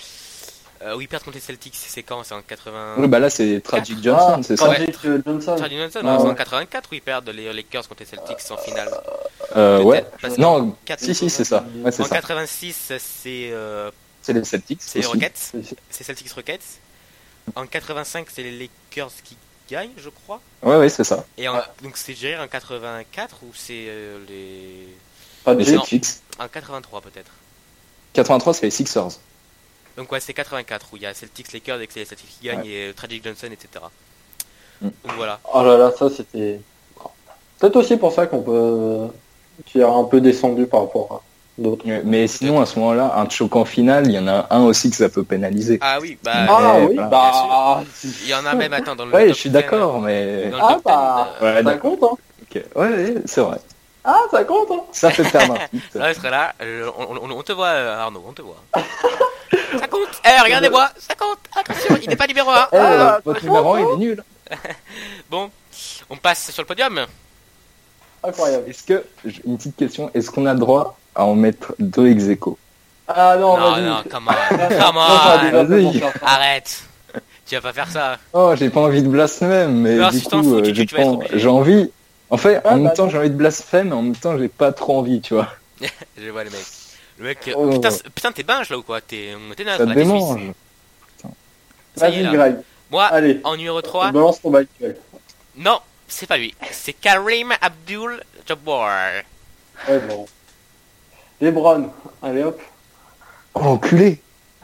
où ils perdent contre les Celtics, c'est quand? C'est en 80 Oui, bah là, c'est Tragic Johnson, c'est ça? Tragic Johnson. Charlie Johnson, Ah, c'est en ouais. 84 où ils perdent les Lakers contre les Celtics en finale. Ouais. Parce que Non, quatre- si, c'est ça. Ouais, c'est En ça. 86 C'est les Celtics. c'est les aussi. Rockets, c'est Celtics Rockets. En 85 c'est les Lakers qui gagnent je crois. Ouais, c'est ça. Et Ouais. donc c'est géré en 84 ou c'est les... Pas de Les Non. Celtics. En 83 peut-être. 83, c'est les Sixers. Donc ouais, c'est 84 où il y a Celtics Lakers et que c'est les Celtics qui gagnent et Tragic Johnson, etc. Mm. Donc voilà. Oh là là, ça c'était... Peut-être aussi pour ça qu'on peut... qui est un peu descendu par rapport à d'autres. Mais sinon, à ce moment-là, un choc en finale, il y en a un aussi que ça peut pénaliser. Ah oui, bah Ah Ouais, oui, voilà. bah... il y en a même dans le Ouais, top je suis 10, d'accord, mais... dans le Ah top 10, bah, Ouais, ça d'accord. compte, hein. Ok. Ouais, c'est vrai. Ah, ça compte, hein. Ça fait perdre un titre. Là, je serai là, on te voit Arnaud, on te voit. Ça compte. Regardez-moi, ça compte. Attention, il n'est pas numéro 1. Votre numéro 1, il est nul. Bon, on passe sur le podium. Incroyable. Une petite question, est-ce qu'on a le droit à en mettre 2 ex aequo? Ah non, Non, vas-y. non, come on, Non, come pas on. déjà fait Vas-y. pour faire ça. Arrête. Tu vas pas faire ça. Oh, j'ai pas envie de blasphème, mais Non, du si t'en coup, fous, tu vas être obligé. j'ai envie. En fait, Ah, en même bah, temps, non. j'ai envie de blasphème, mais en même temps, j'ai pas trop envie, tu vois. Je vois le mec. Le mec, Oh. putain, t'es binge là ou quoi? T'es neutre Ça là, te t'es suisse. démange. Ça y est Vas-y, là. Greg. Moi, Allez. en numéro 3, Balance ton Michael. non, c'est pas lui. C'est Karim Abdul-Jabbar. Ouais, bon. LeBron. Allez hop. Oh, enculé.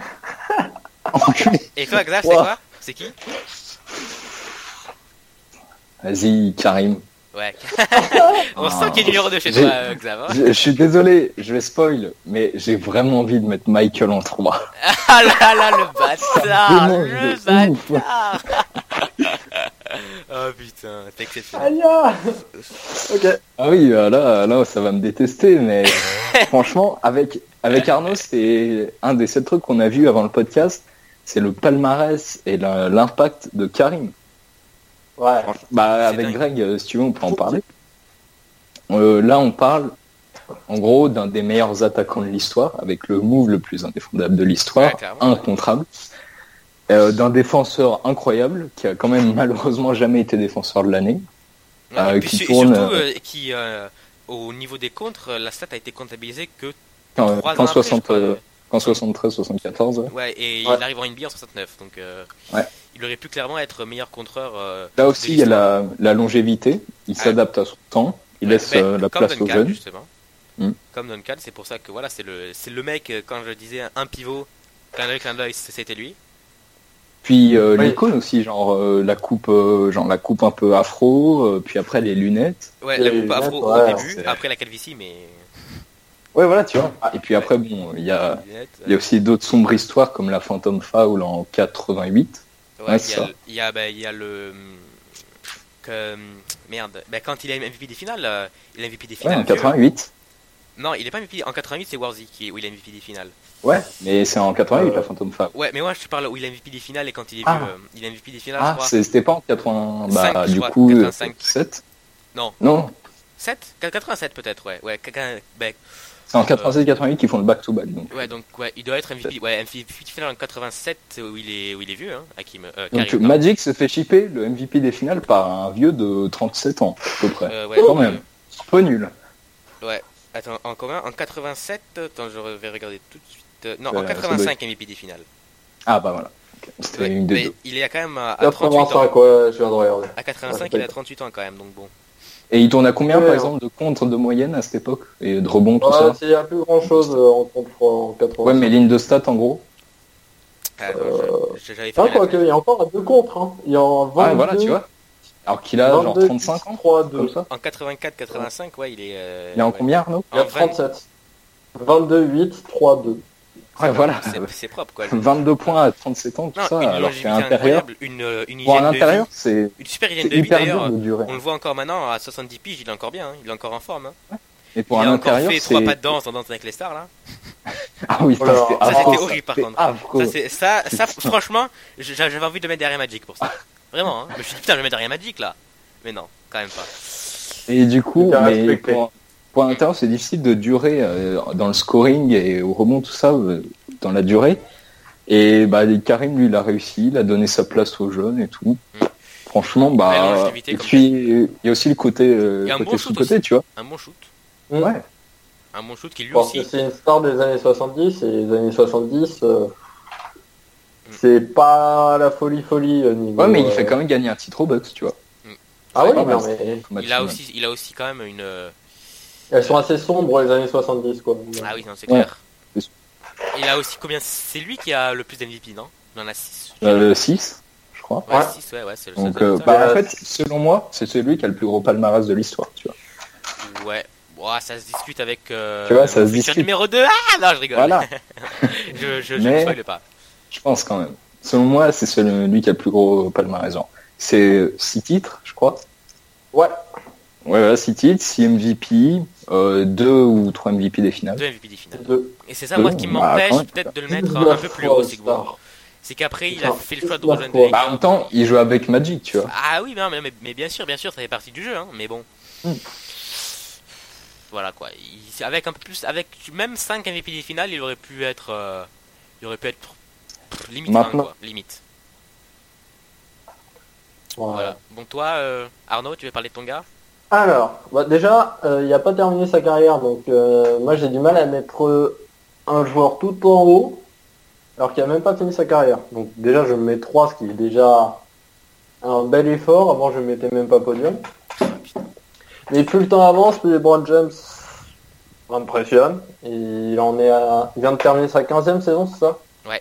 Enculé. Et toi, Xav, c'est Ouah. quoi? C'est qui? Vas-y, Karim. Ouais. On sent qu'il est numéro 2 chez J'ai- toi, Xav. Hein. Je suis désolé, je vais spoil, mais j'ai vraiment envie de mettre Michael en 3. Ah là là, le bâtard! démange Le de ouf. bâtard! Oh putain, c'est exceptionnel. Aïe ah. Ok. Ah oui, là, ça va me détester, mais franchement, avec Arnaud, c'est un des 7 trucs qu'on a vu avant le podcast, c'est le palmarès et l'impact de Karim. Ouais. Bah, C'est avec dingue. Greg, si tu veux, on peut en parler. Là, on parle, en gros, d'un des meilleurs attaquants de l'histoire, avec le move le plus indéfendable de l'histoire, Ouais, clairement. incontrable. D'un défenseur incroyable, qui a quand même malheureusement jamais été défenseur de l'année. Ouais, et puis qui surtout, tourne, au niveau des contres, la stat a été comptabilisée que Quand, 3 ans quand après, 60, je crois. quand 73-74. Ouais. Ouais, et Ouais. il arrive en NBA en 69, donc Ouais. il aurait pu clairement être meilleur contreur. Là de aussi, il y a l'histoire. la longévité. Il s'adapte à son temps. Il laisse Ouais, la comme place aux Duncan, jeunes. justement. Mm. Comme Duncan, c'est pour ça que voilà, c'est le mec, quand je disais un pivot, clin d'œil, c'était lui. Puis Oui. l'icône aussi, genre la coupe un peu afro. Puis après les lunettes. Ouais, Et la les coupe afro lunettes, au ouais, début, c'est- après la calvitie, mais. Ouais, voilà, tu vois. Et puis après, bon, il y a les lunettes, il y a aussi d'autres sombres histoires comme la Phantom Foul en 88. ouais, ouais, il c'est ça. il y a le. Merde, quand il est MVP des finales, il est MVP des Ouais, finales. en 88. Non, il est pas MVP. En 88, c'est Warzy où il est MVP des finales. Ouais, mais c'est en 88 la Phantom Foul. Ouais, mais moi je te parle où il est MVP des finales et quand il est Ah. vu, il est MVP des finales, Ah, je crois. c'était pas en 80. Bah, Cinq, je du crois, coup, 85. 7. Non. Non, 7 87 peut-être, ouais. Ouais, c'est en 87-88 qu'ils font le back-to-back. Donc. ouais, il doit être MVP. Ouais, MVP final en 87 où il est vieux, hein, Hakim. Donc Karim, non. Magic se fait shipper le MVP des finales par un vieux de 37 ans, à peu près. Ouais, Quand même. Un peu nul. Ouais. Attends, en combien? En 87, attends, je vais regarder tout de suite. Non, en ça 85 MVP des finales. Ah bah voilà. Ok. C'était Ouais, une des mais deux. il est quand même à 38 ans. 85, ouais, je viens de regarder. À 85, il a 38 ans quand même, donc bon. Et il tourne à combien, Ouais, par ouais. exemple, de contre de moyenne à cette époque? Et de rebond, tout Ouais, ça? il n'y a plus grand chose en contre en 80. Ouais, mais ligne de stats, en gros. J'avais fait Ah, la- quoi que, il y a encore 2 contre. Hein. Il y a en 22, Ah, voilà, tu vois. Alors qu'il a genre 22, 35 ans, 3-2. comme ça. En 84-85, ouais, il est. Il est en ouais. combien, Arnaud? Il a En 20. 37. 22-8, 3-2. Ouais, voilà. C'est propre, quoi. 22 points à 37 ans, tout Non, ça, une alors longévité qu'à l'intérieur, incroyable, une pour un hygiène de intérieur, vie, c'est une super hygiène c'est de vie hyper d'ailleurs. dur de durer. On le voit encore maintenant à 70 piges, il est encore bien, hein, il est encore en forme. Hein. Et pour Il un a encore intérieur, fait c'est 3 pas de danse en Danse avec les stars là. Ah oui, Oh là là. c'était Ça affreux, c'était horrible par c'était contre. affreux. Ça franchement, j'avais envie de mettre derrière Magic pour ça. Vraiment, hein. Je me suis dit putain, je vais mettre derrière Magic là. Mais non, quand même pas. Et du coup, Hyper mais respecté. pour un intérieur, c'est difficile de durer dans le scoring et au rebond, tout ça, dans la durée. Et bah, Karim, lui, il a réussi, il a donné sa place aux jeunes et tout. Franchement, Ouais, bah. longévité, Et comme puis, il y a aussi le côté, y a un côté bon shoot sous-côté, aussi. tu vois. Un bon shoot. Ouais. Un bon shoot qui lui Parce que aussi. c'est une star des années 70 et les années 70, c'est pas la folie niveau. Ouais, mais il fait quand même gagner un titre au Bucks, tu vois. Ah oui, Ouais, non, ouais. mais Il a aussi quand même une. elles sont assez sombres les années 70 quoi. Ah oui, non, c'est Ouais. clair. C'est sûr. Il a aussi combien? C'est lui qui a le plus d'MVP, non? Il en a 6. 6, je crois. Ouais, Ouais. 6, ouais, c'est le Donc, seul. bah, en fait, selon moi, c'est celui qui a le plus gros palmarès de l'histoire, tu vois. Ouais. Ouah, ça se discute avec. Tu vois, ça mon se futur discute. numéro 2. Ah non, je rigole. Voilà, je Mais- ne spoil pas. je pense quand même. Selon moi, c'est celui qui a le plus gros palmarès. Genre. C'est 6 titres, je crois. Ouais. Ouais, voilà, 6 titres, 6 MVP, 2 ou 3 MVP des finales. 2 MVP des finales. Deux. Et c'est ça, moi, qui Bah, m'empêche quand même. peut-être de le mettre un peu plus haut. C'est qu'après, il a fait le choix de rejoindre les Bah, en même temps, il joue avec Magic, tu vois. Ah oui, mais bien sûr, ça fait partie du jeu, hein, mais bon. Voilà quoi. Avec un peu plus, avec même 5 MVP des finales, il aurait pu être, limite, Maintenant. quoi, limite. Voilà. Voilà. Bon toi, Arnaud, tu veux parler de ton gars? Alors, bah, déjà, il n'a pas terminé sa carrière, donc moi j'ai du mal à mettre un joueur tout en haut, alors qu'il n'a même pas fini sa carrière. Donc déjà, je me mets 3, ce qui est déjà un bel effort. Avant, je ne mettais même pas podium. Mais plus le temps avance, plus LeBron James m'impressionne. Il vient de terminer sa 15e saison, c'est ça? Ouais.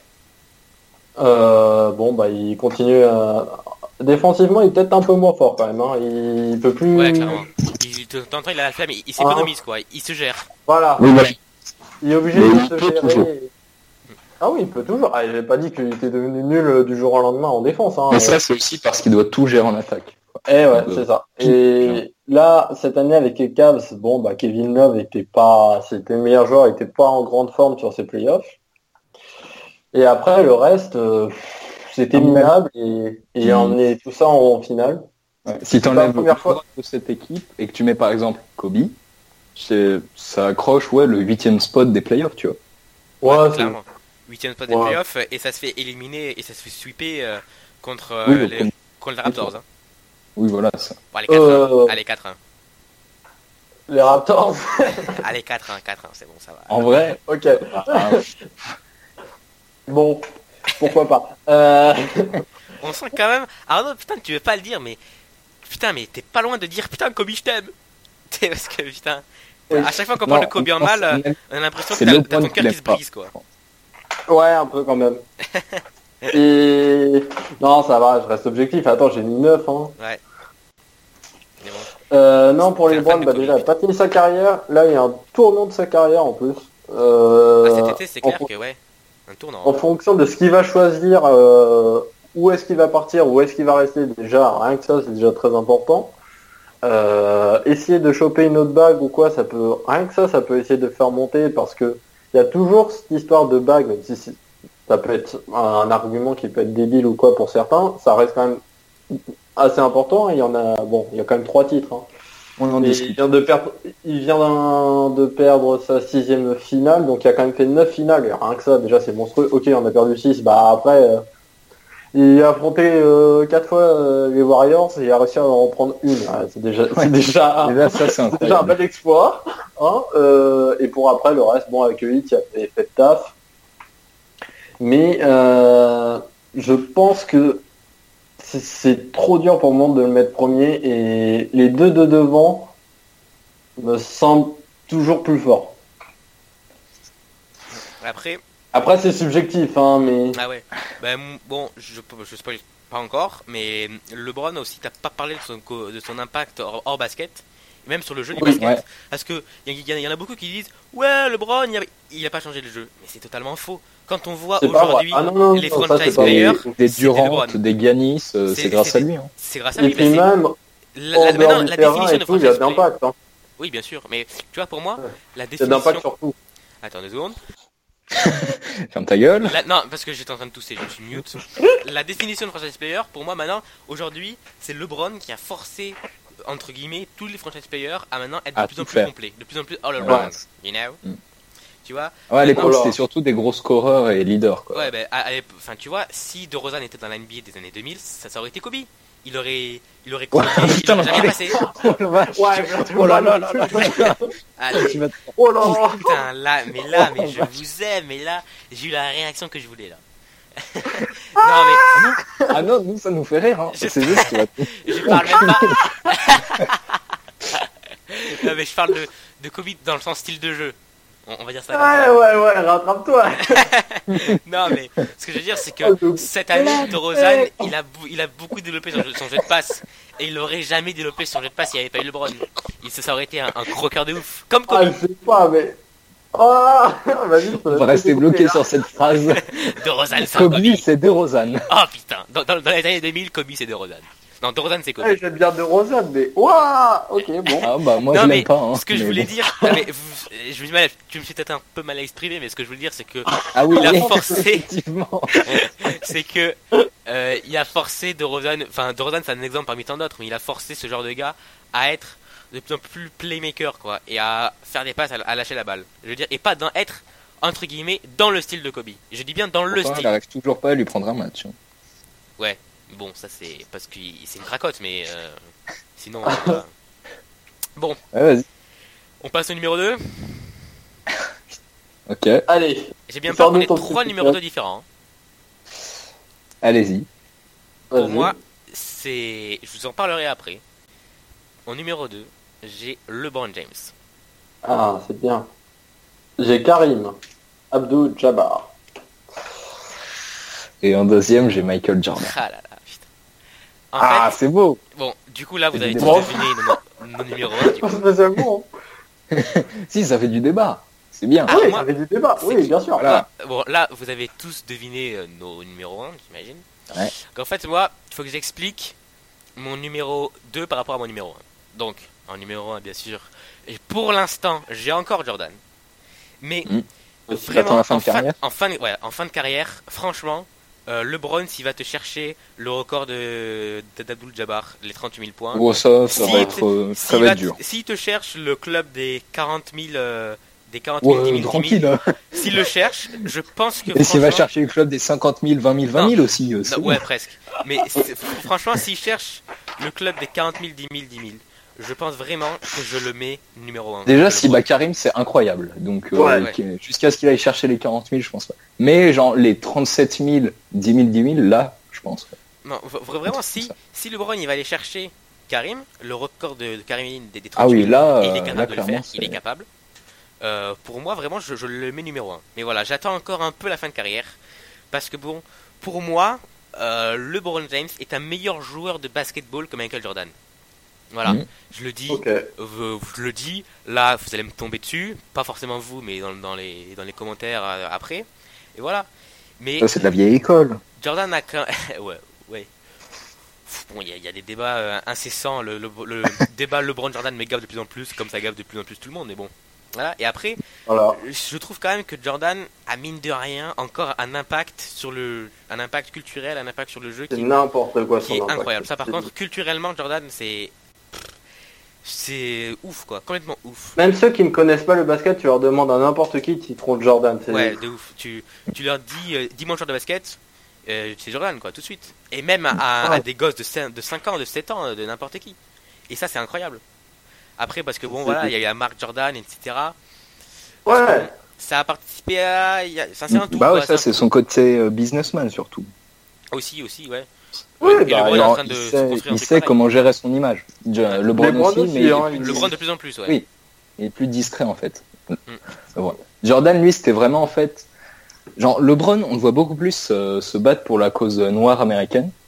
Bon, bah il continue à... Défensivement, il est peut-être un peu moins fort quand même. Hein. Il peut plus... Ouais, clairement. De temps en temps, il a la flemme, il s'économise quoi, il se gère. Voilà. Oui, voilà. Il est obligé Mais de il se peut gérer. toujours. Ah oui, il peut toujours. Ah, j'ai pas dit qu'il était devenu nul du jour au lendemain en défense. Hein. Mais ça, c'est aussi parce qu'il doit tout gérer en attaque. Eh ouais, c'est ça. Et là, cette année avec les Cavs, bon, bah Kevin Love c'était le meilleur joueur, il était pas en grande forme sur ses playoffs. Et après, le reste, c'était minable et il a emmené tout ça en finale. Ouais. Si tu pas enlèves la première fois. de cette équipe et que tu mets par exemple Kobe, ça accroche le 8e spot des playoffs, tu vois. Ouais, c'est... Clairement. 8ème spot des Ouais. playoffs et ça se fait éliminer et ça se fait sweeper contre, Oui, contre les Raptors. Hein. Oui, voilà, ça. Bon, allez 4-1. Allez 4-1. Les Raptors. Allez 4-1, 4-1, c'est bon, ça va. En vrai, Ok. ah, Bon, pourquoi pas. On sent quand même. Arnaud, putain, tu veux pas le dire, mais. Putain, mais t'es pas loin de dire putain, Kobe, je t'aime. T'sais, parce que putain. Oui. À chaque fois qu'on parle de Kobe en mal, on a l'impression que t'as ton cœur qui se brise, quoi. Ouais, un peu quand même. Et... Non, ça va, je reste objectif. Attends, j'ai mis 9. Hein. Ouais. Mais bon. Non, pour C'est les la fin Browns, de bah, Kobe. déjà, il a pas fini sa carrière. Là, il y a un tournant de sa carrière en plus. Cet été, c'est clair en, que, ouais. Un tournant. en fonction de ce qu'il va choisir, où est-ce qu'il va partir, où est-ce qu'il va rester, déjà, rien que ça, c'est déjà très important. Essayer de choper une autre bague ou quoi, ça peut, rien que ça peut essayer de faire monter parce que il y a toujours cette histoire de bague, même si ça peut être un argument qui peut être débile ou quoi pour certains, ça reste quand même assez important. Il y en a, bon, il y a quand même 3 titres. Hein. on en Et discute. il vient de perdre sa 6e finale, donc il a quand même fait 9 finales. Et rien que ça, déjà, c'est monstrueux. Ok, on a perdu 6, bah après, il a affronté 4 fois les Warriors et il a réussi à en prendre une. Ouais, c'est déjà, Et là, ça, c'est c'est déjà un incroyable. bel exploit. Hein. Et pour après, le reste, bon, avec le hit, il a fait le taf. Mais je pense que c'est trop dur pour le monde de le mettre premier et les deux de devant me semblent toujours plus forts. Après, Après c'est subjectif, hein, mais ah ouais. Bon, je spoil pas encore, mais LeBron aussi, t'as pas parlé de son impact hors basket, et même sur le jeu du basket. Ouais. Parce que il y en a beaucoup qui disent ouais, LeBron, il a pas changé le jeu. Mais c'est totalement faux. Quand on voit C'est pas aujourd'hui vrai. Ah non, les non, ça, franchise c'est pas players, Des c'est Durant, LeBron. des Giannis, c'est grâce à lui. Hein. C'est grâce à Et lui. puis Mais même, maintenant, en la terrain définition et de tout, il y a franchise de player. l'impact. Hein. Oui, bien sûr. Mais tu vois, pour moi, Ouais. la Il y a de l'impact définition. sur tout. Attends 2 secondes. Ferme ta gueule. Non, parce que j'étais en train de tousser, je suis mute. La définition de franchise player, pour moi maintenant, aujourd'hui, c'est LeBron qui a forcé, entre guillemets, tous les franchise players à maintenant être de À plus en tout plus faire. complets, de plus en plus all around, Ouais. you know. Mm. Tu vois. Ouais, à l'époque, Voilà. c'était surtout des gros scoreurs et leaders. Quoi. Ouais, ben, enfin, tu vois, si DeRozan était dans la NBA des années 2000, ça aurait été Kobe. Il aurait convoqué, il putain, aurait jamais l'enculé. passé. Oh la vache. Ouais, Oh là là là là là. Allez. Tu vas te- Oh là Putain, mais je vous aime, mais là, j'ai eu la réaction que je voulais là. Non, mais Ah non, nous, ça nous fait rire. Hein. Je- C'est juste, tu vas te- je parle même pas. Non, mais je parle de Kobe dans le sens style de jeu. On va dire ça. Comme Ouais, rattrape-toi. ça. Non, mais ce que je veux dire, c'est que cette année, DeRozan, il a beaucoup développé son jeu de passe. Et il aurait jamais développé son jeu de passe s'il n'y avait pas eu LeBron. Ça aurait été un croqueur de ouf. Comme Ah, Kobe. je sais pas, mais... Oh, vas-y, On va rester bloqué sur cette phrase. DeRozan, c'est un Kobe, Kobe. c'est DeRozan. Oh putain. Dans les années 2000, Kobe, c'est DeRozan. Non, DeRozan, c'est Kobe. Ouais, j'aime bien de Rosane, mais... Ouah, ok, bon. Ah bah moi Non, je mais l'aime pas. Hein, ce que je mais voulais bon. dire, non, mais je me dis mal, tu me suis peut-être un peu mal exprimé, mais ce que je voulais dire, c'est que Ah oui, il a oui, forcé. effectivement. c'est que il a forcé DeRozan, enfin DeRozan c'est un exemple parmi tant d'autres, mais il a forcé ce genre de gars à être de plus en plus playmaker quoi, et à faire des passes, à lâcher la balle. Je veux dire, et pas être entre guillemets dans le style de Kobe. Je dis bien dans le Pourtant, il style. arrive toujours pas à lui prendre un match. Hein. Ouais, bon ça c'est parce que c'est une cracotte, mais sinon. On va pas- Bon, Ouais, vas-y. on passe au numéro 2. Ok, Allez, J'ai bien Sors peur qu'on de ait ton 3 petit numéros chat. 2 différents. Hein. allez-y. Pour vas-y. moi, c'est. Je vous en parlerai après. En numéro 2, j'ai LeBron James. Ah, c'est bien. J'ai Karim Abdul-Jabbar. Et en deuxième, j'ai Michael Jordan. Ah là là, putain. En Ah, fait, c'est beau. bon, du coup là, vous c'est avez du tous débat. deviné nos numéros 1. Du coup. Spécialement. Si, ça fait du débat. C'est bien. Ah, Oui, moi- ça fait du débat. c'est- Oui, bien sûr. Voilà. Bon, là, vous avez tous deviné nos numéros 1, j'imagine. Ouais. Donc, en fait, moi, il faut que j'explique mon numéro 2 par rapport à mon numéro 1. Donc, en numéro 1, bien sûr, et pour l'instant, j'ai encore Jordan. Mais Tu vraiment, attends la fin de carrière. en fin de carrière, franchement, LeBron, s'il va te chercher le record d'Abdul-Jabbar, les 38 000 points, Gros, ça Si va être, ça s'il va va être dur. s'il te cherche le club des 40 000, des 40 000, 10 Ouais, 000, 10 000, tranquille. Hein. s'il le cherche, je pense que Et s'il va franchement- chercher le club des 50 000, 20 000, 20 000 aussi. C'est Non, ouais, bon. presque. Mais franchement, s'il cherche le club des 40 000, 10 000, 10 000, je pense vraiment que je le mets numéro 1. Déjà, si Karim, c'est incroyable. Donc, Ouais. jusqu'à ce qu'il aille chercher les 40 000, je pense pas. Mais genre, les 37 000, 10 000, 10 000, là, je pense. Non, vraiment, si LeBron il va aller chercher Karim, le record de Karim des 38 000, Ah oui, là, et il est là, capable de le clairement, faire, il est capable. Pour moi, vraiment, je le mets numéro 1. Mais voilà, j'attends encore un peu la fin de carrière. Parce que bon, pour moi, LeBron James est un meilleur joueur de basketball que Michael Jordan. Voilà, Mhm. je le dis, Ok. je le dis, là vous allez me tomber dessus, pas forcément vous, mais dans les commentaires après. Et voilà. Mais Ça, c'est de la vieille école. Jordan a quand ouais. Bon, il y a des débats incessants. Le débat LeBron-Jordan me gave de plus en plus, comme ça gave de plus en plus tout le monde. Mais bon, voilà. Et après, Voilà. je trouve quand même que Jordan a mine de rien encore un impact un impact culturel, un impact sur le jeu C'est qui n'importe quoi est son impact. incroyable. Ça, par C'est- contre, culturellement, Jordan, c'est ouf, quoi, complètement ouf. Même ceux qui ne connaissent pas le basket, tu leur demandes à n'importe qui qui trouve Jordan. C'est... Ouais, de ouf. Tu leur dis, dis-moi un joueur de basket, c'est Jordan, quoi, tout de suite. Et même à des gosses de 5 ans, de 7 ans, de n'importe qui. Et ça, c'est incroyable. Après, parce que bon, voilà, il y a eu un Mark Jordan, etc. Ouais. Ça a participé à. Ça, c'est un tout. Bah ouais, quoi, ça, un c'est tout. son côté businessman, surtout. Aussi, ouais. Ouais, Et bah, LeBron est en Genre, train de il se sait, construire un il truc sait pareil. comment gérer son image. LeBron LeBron aussi, aussi, mais hein, il est plus LeBron de plus en plus, ouais. Oui. il est plus discret en fait. Ouais. Jordan, lui, c'était vraiment en fait. Genre, LeBron, on le voit beaucoup plus se battre pour la cause noire américaine.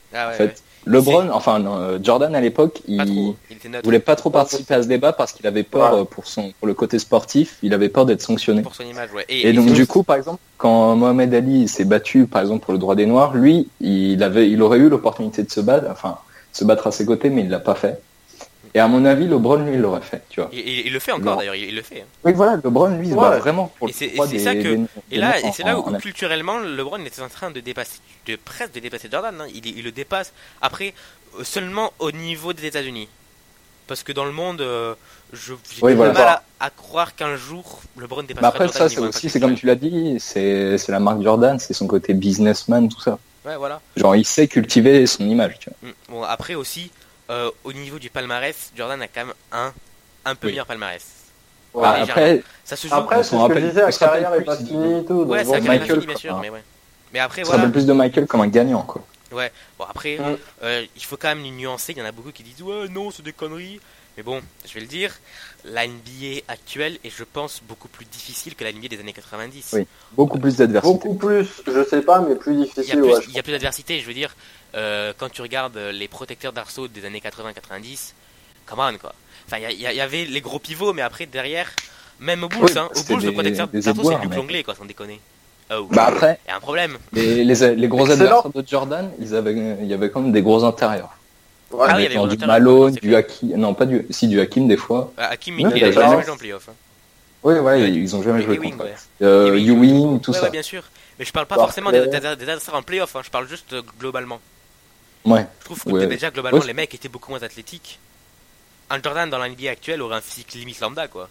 Ah ouais, En fait, LeBron, enfin non, Jordan à l'époque, pas trop. il Il était neutre voulait pas trop participer à ce débat parce qu'il avait peur pour le côté sportif, il avait peur d'être sanctionné. pour son image, ouais. Et donc du coup, par exemple, quand Mohamed Ali s'est battu, par exemple, pour le droit des Noirs, lui, il aurait eu l'opportunité de se battre à ses côtés, mais il l'a pas fait. Et à mon avis, LeBron, lui, il l'aurait fait, tu vois. Il le fait encore d'ailleurs, il le fait. Hein. Oui, voilà, LeBron, lui, il se bat vraiment pour Et c'est droit ça que des et là Noirs et c'est là où en culturellement LeBron était en train de presque de dépasser Jordan. Hein. Il le dépasse après seulement au niveau des États-Unis. Parce que dans le monde, j'ai du mal à croire qu'un jour LeBron dépassera après, Jordan. Après, ça, c'est comme tu l'as dit, c'est la marque Jordan, c'est son côté businessman, tout ça. Ouais, voilà. Genre, il sait cultiver son image, tu vois. Bon, après aussi, au niveau du palmarès, Jordan a quand même un peu meilleur palmarès. Ouais, après, ça se joue. Après, c'est ce que je disais, la carrière est pas finie et tout. Ouais, donc c'est bon, la carrière finie, bien sûr, mais ouais. Mais après, ça rappelle plus de Michael comme un gagnant, quoi. Ouais, bon après, il faut quand même nuancer, il y en a beaucoup qui disent ouais non c'est des conneries, mais bon, je vais le dire, la NBA actuelle est je pense beaucoup plus difficile que la NBA des années 90. Oui, beaucoup plus d'adversité. Beaucoup plus, je sais pas, mais plus difficile. Il y a plus d'adversité, je veux dire, quand tu regardes les protecteurs d'arceau des années 80-90, come on quoi. Enfin, il y avait les gros pivots, mais après derrière, même au Bulls, au Bulls le protecteur d'arceau c'est plus que l'anglais quoi, sans déconner. Oh, bah après, il y a un problème. Les gros adversaires de Jordan, il y avait quand même des gros intérieurs. Ouais, il y avait du Malone, du Hakim, non pas du Hakim des fois. Hakim, il a jamais joué en playoff. Hein. Oui, ils ont jamais joué contre. Ewing, tout ça. Ouais, bien sûr. Mais je parle pas forcément des adversaires en playoff, hein. Je parle juste globalement. Ouais. Je trouve que déjà globalement les mecs étaient beaucoup moins athlétiques. Un Jordan dans la NBA actuelle aurait un physique limite lambda quoi.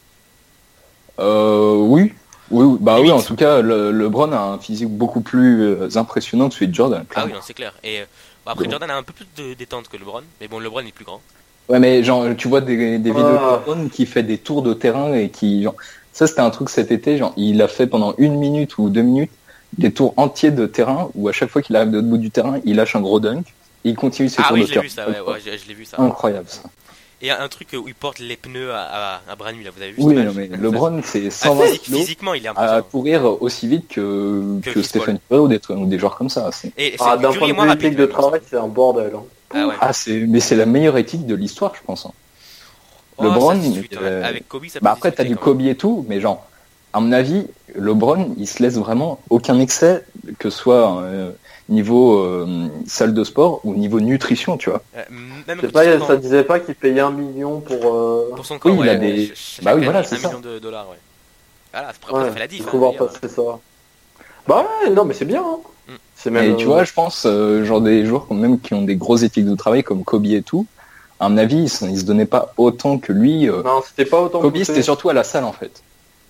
Oui, en tout cas, LeBron a un physique beaucoup plus impressionnant que celui de Jordan. Clairement. Ah oui, non, c'est clair. Et après, Jordan a un peu plus de détente que LeBron, mais bon, LeBron est plus grand. Ouais, mais genre, tu vois des vidéos de LeBron qui fait des tours de terrain et qui, genre, ça c'était un truc cet été, genre, il a fait pendant 1 minute ou 2 minutes des tours entiers de terrain où à chaque fois qu'il arrive de l'autre bout du terrain, il lâche un gros dunk et il continue ses tours de terrain. Je l'ai vu ça. Incroyable ça. Et un truc où il porte les pneus à bras nus, là, vous avez vu? Oui, non, mais LeBron, c'est 120 kilos physiquement, il est impressionnant. À courir aussi vite que Stephen Curry ou des joueurs comme ça. D'un point de vue éthique de travail, c'est un bordel. Hein. Ah ouais. Mais c'est la meilleure éthique de l'histoire, je pense. Hein. LeBron, avec Kobe, ça après t'as du Kobe et tout, mais genre, à mon avis, LeBron, il se laisse vraiment aucun excès, que ce soit niveau salle de sport ou niveau nutrition, tu vois. Ça disait pas qu'il payait 1 million pour son corps. Oui, il a des. Bah oui, voilà, c'est ça. 1 million de dollars, ouais. Voilà, après, ça fait la diff. Pouvoir passer ça. Bah ouais, non, mais c'est bien. Hein. C'est même. Et tu vois, je pense, genre des joueurs même qui ont des grosses éthiques de travail comme Kobe et tout. À mon avis, ils se donnaient pas autant que lui. Non, c'était pas autant. Kobe, c'était surtout à la salle en fait.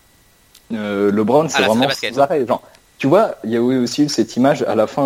LeBron, c'est vraiment sans arrêt. Genre, tu vois, il y a aussi eu cette image à la fin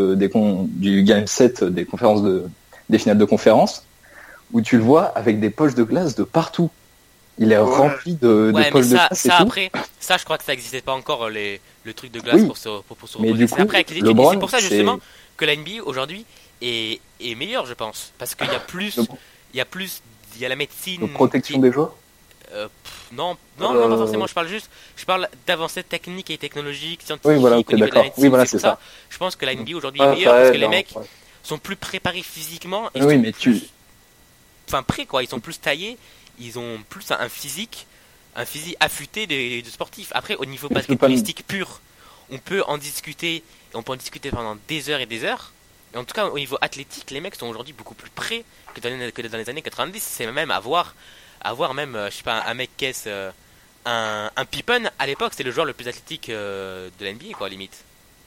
du Game 7 des finales de conférence, où tu le vois avec des poches de glace de partout. Il est rempli de poches de glace. Après, ça, je crois que ça n'existait pas encore, le truc de glace pour se reposer. Mais du coup, après, c'est pour ça justement que la NBA aujourd'hui est meilleure, je pense. Parce qu'il y a plus. Il y a la médecine. De protection des joueurs. Non, pas forcément. Je parle d'avancées techniques et technologiques, scientifiques. Oui, voilà, ok, d'accord. Oui, voilà, c'est ça. Je pense que la NBA aujourd'hui est meilleure parce que les mecs sont plus préparés physiquement. Et oui, mais prêts quoi. Ils sont plus taillés. Ils ont plus un physique affûté de sportifs. Après, au niveau basketballistique pur, on peut en discuter. Et on peut en discuter pendant des heures et des heures. Et en tout cas, au niveau athlétique, les mecs sont aujourd'hui beaucoup plus prêts que dans les années 90. C'est même avoir même, je sais pas, un mec qui est un Pippen, à l'époque, c'était le joueur le plus athlétique de l'NBA, quoi, limite.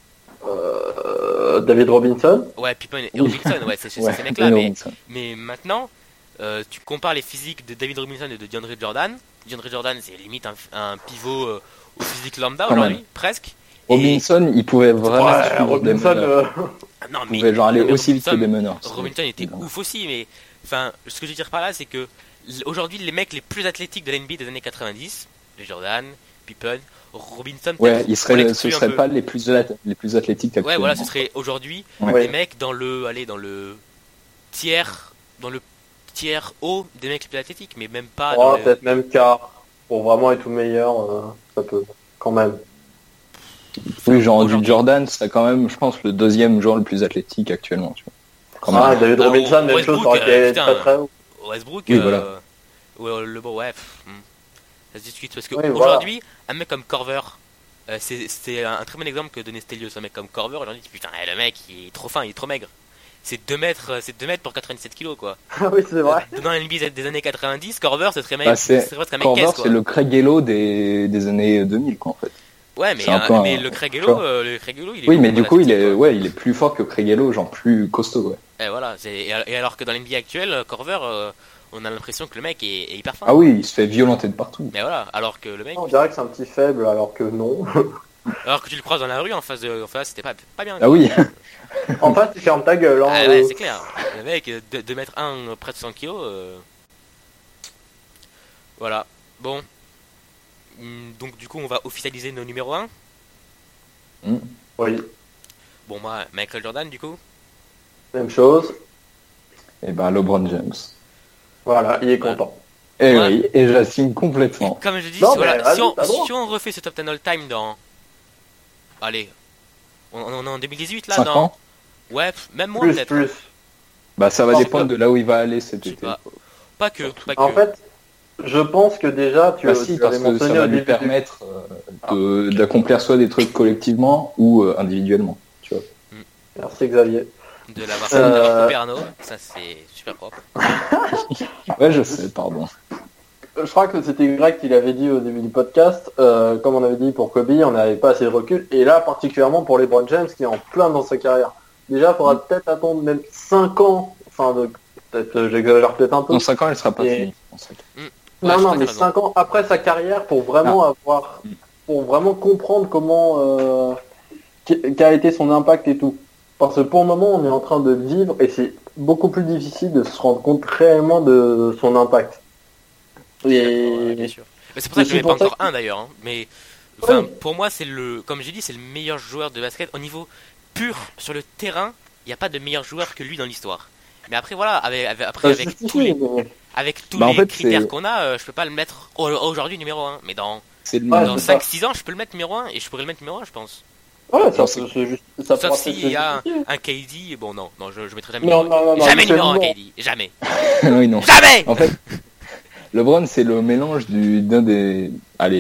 David Robinson. Ouais, Pippen et Robinson, ouais, c'est ces mecs-là. Mais maintenant, tu compares les physiques de David Robinson et de DeAndre Jordan. DeAndre Jordan, c'est limite un pivot au physique lambda aujourd'hui, presque. Robinson, il pouvait vraiment non, mais il pouvait genre aller aussi vite que des meneurs. Robinson était ouf aussi, mais enfin, ce que je veux dire par là, c'est que aujourd'hui, les mecs les plus athlétiques de l'NBA des années 90, les Jordan, Pippen, Robinson, ce serait pas les plus athlétiques actuellement. Ouais, voilà, ce serait aujourd'hui des mecs dans le tiers haut des mecs les plus athlétiques, mais même pas. Peut-être même quart. Pour vraiment être tout meilleur, ça peut quand même. Oui, genre du Jordan, c'est quand même, je pense, le deuxième joueur le plus athlétique actuellement. Tu vois. David Robinson, même chose, ça aurait été putain, très très haut. Westbrook, Oui, voilà. LeBron, ouais, ça se discute parce que Oui, aujourd'hui, un mec comme Korver, c'est un très bon exemple que donnait Stelios. Un mec comme Korver, aujourd'hui, putain, le mec, il est trop fin, il est trop maigre. C'est 2 mètres pour 97 kilos, quoi. Ah oui, c'est vrai. Dans l'NBA des années 90, Korver, ce serait Bah, c'est presque un mec Korver, caisse, quoi. c'est le Craig Hello des années 2000, quoi, en fait. Ouais, mais, c'est un peu un- le Craig Hello, il est Oui, mais du coup, il athlétique, est, quoi. ouais, il est plus fort que Craig Hello, genre plus costaud, ouais. Et voilà, et alors que dans l'NBA actuelle, Korver, on a l'impression que le mec est hyper fin. Ah oui, il se fait violenter de partout. Mais voilà, alors que le mec, On dirait que c'est un petit faible, alors que non. alors que tu le croises dans la rue en face, c'était pas bien. Ah oui, En face, tu fermes ta gueule. Hein, Ah ouais, c'est clair. Le mec, 2 mètres 1, près de 100 kilos. Voilà. Bon. Donc du coup, on va officialiser nos numéros 1. Oui, Bon, moi, Michael Jordan, du coup. même chose. et ben LeBron James. Voilà, il est content. Et Ouais. oui, et j'assume complètement. Comme je dis, Non, voilà, mais vas-y, t'as le droit. si on refait ce top 10 all-time dans... Allez. On est en 2018, là, 5 dans... ans. Ouais, même moins, Plus, peut-être. plus. Bah ça va Non, dépendre de là où il va aller cet Je sais été. pas. Pas que. En fait, je pense que déjà, tu Bah si, tu parce avais que ça mentionné va au lui début du- permettre d'accomplir soit des trucs collectivement ou individuellement. Tu vois. Merci Xavier. De l'avoir coupé Arnaud, ça c'est super propre. Ouais, je sais, pardon. Je crois que c'était Greg qui l'avait dit au début du podcast, comme on avait dit pour Kobe, on n'avait pas assez de recul, et là particulièrement pour LeBron James qui est en plein dans sa carrière. Déjà, il faudra peut-être attendre même 5 ans, peut-être j'exagère peut-être un peu. Dans 5 ans, elle sera pas Et- finie. en fait. Ouais, Non, je non, crois mais que t'as 5 ans après sa carrière pour vraiment pour vraiment comprendre comment, quel a été son impact et tout. Parce que pour le moment, on est en train de vivre et c'est beaucoup plus difficile de se rendre compte réellement de son impact. Ouais, bien Et sûr. Mais c'est pour ça que je c'est ne mets pas pour ça encore un d'ailleurs. Hein. Mais enfin, pour moi, comme j'ai dit, c'est le meilleur joueur de basket au niveau pur sur le terrain. Il n'y a pas de meilleur joueur que lui dans l'histoire. Mais après, voilà, ça avec justifie, tous les, mais- avec tous Bah, en les fait, critères c'est- qu'on a, je peux pas le mettre aujourd'hui numéro 1. Mais dans, C'est le Ouais, dans c'est ça. 5-6 ans, je peux le mettre numéro 1 et je pourrais le mettre numéro 1, je pense. Ouais, ça, Non, ça Sauf pourra s'il y a peut-être se un KD. Bon, non, je mettrai jamais Non, numéro non, non, jamais non, numéro 1 non. KD. Jamais. oui, non. Jamais. En fait, LeBron, c'est le mélange d'un des, allez,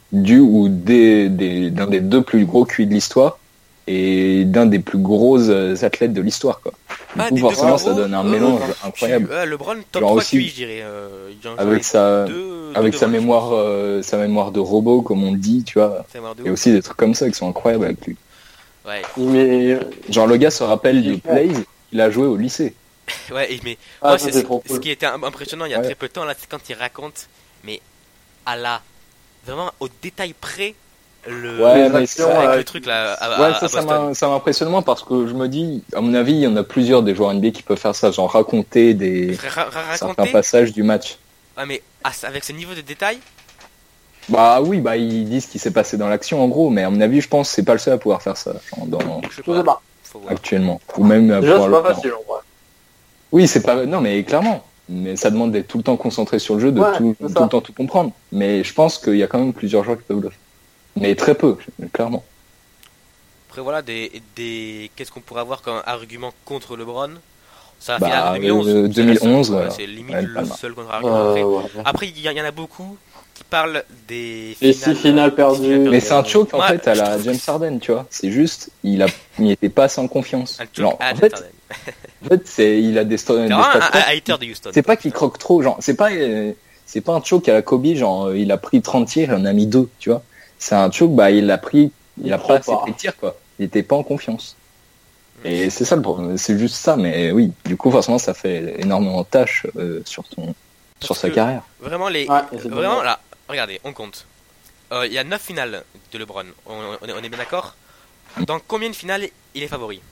d'un des 2 plus gros QI de l'histoire et d'un des plus gros athlètes de l'histoire, quoi. Du Ah, coup, des forcément, deux ça donne un mélange incroyable. LeBron top Genre 3 aussi, QI, je dirais. J'en ai Avec sa, deux avec sa devant, sa mémoire de robot, comme on dit, tu vois. je pense. Il y a aussi des trucs comme ça qui sont incroyables avec lui. Ouais, Mais Genre, le gars se rappelle de Ouais. plays, il a joué au lycée. ouais, mais ah, moi, ça, c'est trop ce cool. qui était impressionnant il y a Ouais. très peu de temps, là, c'est quand il raconte, mais vraiment au détail près, Ouais, les mais actions, avec ouais. le truc là, Ouais, à ça Boston. m'impressionne moins parce que je me dis, à mon avis, il y en a plusieurs des joueurs NBA qui peuvent faire ça, genre raconter certains Raconter, passages du match. ouais, mais avec ce niveau de détail, Bah oui, bah ils disent ce qui s'est passé dans l'action en gros, mais à mon avis, je pense que c'est pas le seul à pouvoir faire ça, genre, je sais Je sais pas, pas. faut voir. actuellement. Ou même à Déjà, pouvoir c'est le pas faire. facile en vrai. Oui, c'est pas, non mais clairement. Mais ça demande d'être tout le temps concentré sur le jeu, de Ouais, tout c'est ça. le temps tout comprendre. Mais je pense qu'il y a quand même plusieurs joueurs qui peuvent le faire. Mais très peu, clairement. Après voilà, qu'est-ce qu'on pourrait avoir comme argument contre LeBron? Ça Bah, finale de 2011. 2011, c'est la seule, voilà. c'est limite Ouais, le pas mal. seul contre-argument. Après, Ouais. après, il y en a beaucoup qui parlent des Les 6 finales perdues. Mais c'est un choke en Ouais, fait à je la trouve James que Harden, tu vois. C'est juste, il était pas sans confiance. un choke Genre, à en fait, James Harden. il a des C'est stats vraiment un fortes. hater de Houston. C'est pas qu'il croque trop, genre, c'est pas un choke à la Kobe, genre, il a pris 30 tirs, il en a mis 2, tu vois. C'est un choke, bah, il a Il pas prend assez pas. pris de tirs, quoi. Il était pas en confiance. Et c'est ça le problème, c'est juste ça, mais oui, du coup, forcément, ça fait énormément de tâches sur sa que- carrière. Vraiment, Ouais, c'est vraiment dommage. là, regardez, on compte. Il y a 9 finales de LeBron. On est bien d'accord? Dans combien de finales il est favori?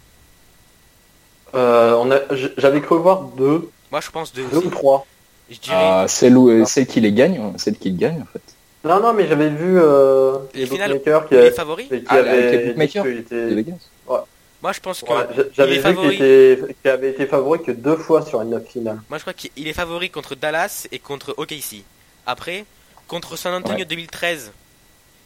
J'avais cru voir 2 Moi, je pense 2 ou aussi. 3. Je dirais. Celle qui les gagne, celle qui gagne, en fait. Non, mais j'avais vu Les les finales, bookmakers il est favori? qui Ah, avec les avaient dit bookmakers qu'il de était... Vegas. Moi, je pense que. Ouais, il j'avais est vu favori. qu'il avait été favori que 2 fois sur une 9 finale. Moi, je crois qu'il est favori contre Dallas et contre OKC. Après, contre San Antonio Ouais. 2013,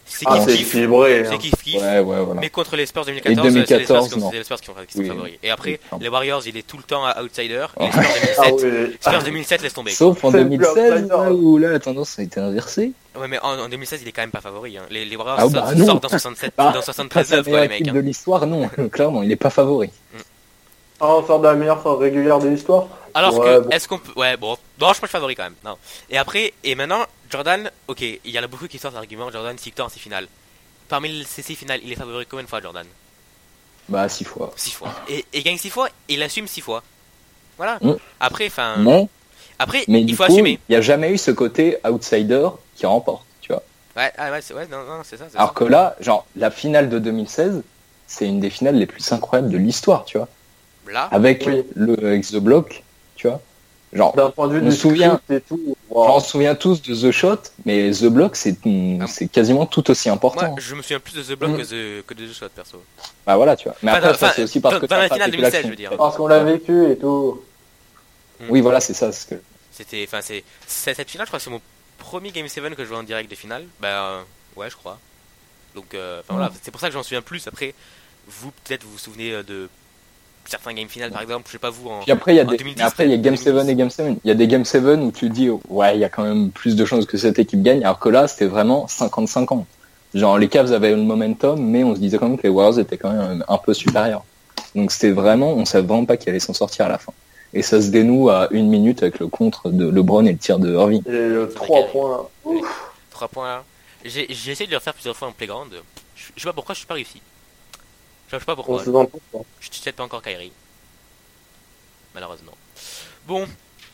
c'est Ah, c'est kiff. équilibré. C'est hein. kiff. Ouais, voilà. Mais contre les Spurs Et 2014, 2014, c'est non. les Spurs qui sont Oui. favoris. Et après, Oui, clairement. les Warriors, il est tout le temps outsider. Et Oh. les Spurs Ah 2007, oui. Spurs 2007 laisse tomber. Sauf en C'est le 2016, outsider. là, où là, la tendance a été inversée. Ouais, mais en 2016, il est quand même pas favori. Hein. Les Warriors Ah bah non. sortent dans 67, Ah, dans Face 73 à la 9 quoi, meilleure les mecs. équipe Hein. de l'histoire, non. Clairement, il est pas favori. Ah, on sort de la meilleure phase régulière de l'histoire. Alors Ouais, que, bon. est-ce qu'on peut. Ouais, bon. Non, je pense favori quand même. Non. Et après, et maintenant, Jordan, ok, il y en a beaucoup qui sortent l'argument Jordan, 6 victoires en 6 finales. Parmi ces 6 finales, il est favori combien de fois, Jordan? Bah, 6 fois. 6 fois. Et il gagne 6 fois, et il assume 6 fois. Voilà. Mm. Après, enfin. Mais Il du faut coup, assumer. il n'y a jamais eu ce côté outsider qui remporte, tu vois. Ouais, ah, ouais, non, c'est ça. Alors que là, genre, la finale de 2016, c'est une des finales les plus incroyables de l'histoire, tu vois. Là, Avec Oui. le X The Block, tu vois. Genre, D'un point de vue Je me du souviens. script et tout. on se souvient tous de The Shot, mais The Block, c'est quasiment tout aussi important. moi, je me souviens plus de The Block Mm. que de The Shot, perso. Bah voilà, tu vois. Mais après, Enfin, ça, c'est aussi parce que dans la t'as finale pratiqué 2016, l'action. je veux dire. Parce qu'on l'a vécu et tout. Oui, voilà, c'est ça. C'est que... C'était, enfin, cette finale, je crois que c'est mon premier Game 7 que je vois en direct des finales. Ouais, je crois. Donc, enfin voilà, c'est pour ça que j'en souviens plus. Après, vous, peut-être, vous vous souvenez de certains Game Finales, par exemple, je sais pas vous, en. Puis après, il y a en des... 2010, mais après, il y a Game 7 2010. et Game 7. Il y a des Game 7 où tu te dis, ouais, il y a quand même plus de chances que cette équipe gagne, alors que là, c'était vraiment 50-50. Genre, les Cavs avaient le momentum, mais on se disait quand même que les Warriors étaient quand même un peu supérieurs. Donc c'était vraiment, on savait vraiment pas qui allait s'en sortir à la fin. Et ça se dénoue à 1 minute avec le contre de LeBron et le tir de Irving. Et le 3 points. Oui. 3 points là. J'ai essayé de le refaire plusieurs fois en playground. Je sais pas pourquoi, je suis pas réussi. Je sais pas On pourquoi. se demande pourquoi. Je tue pas encore Kyrie. Malheureusement. Bon.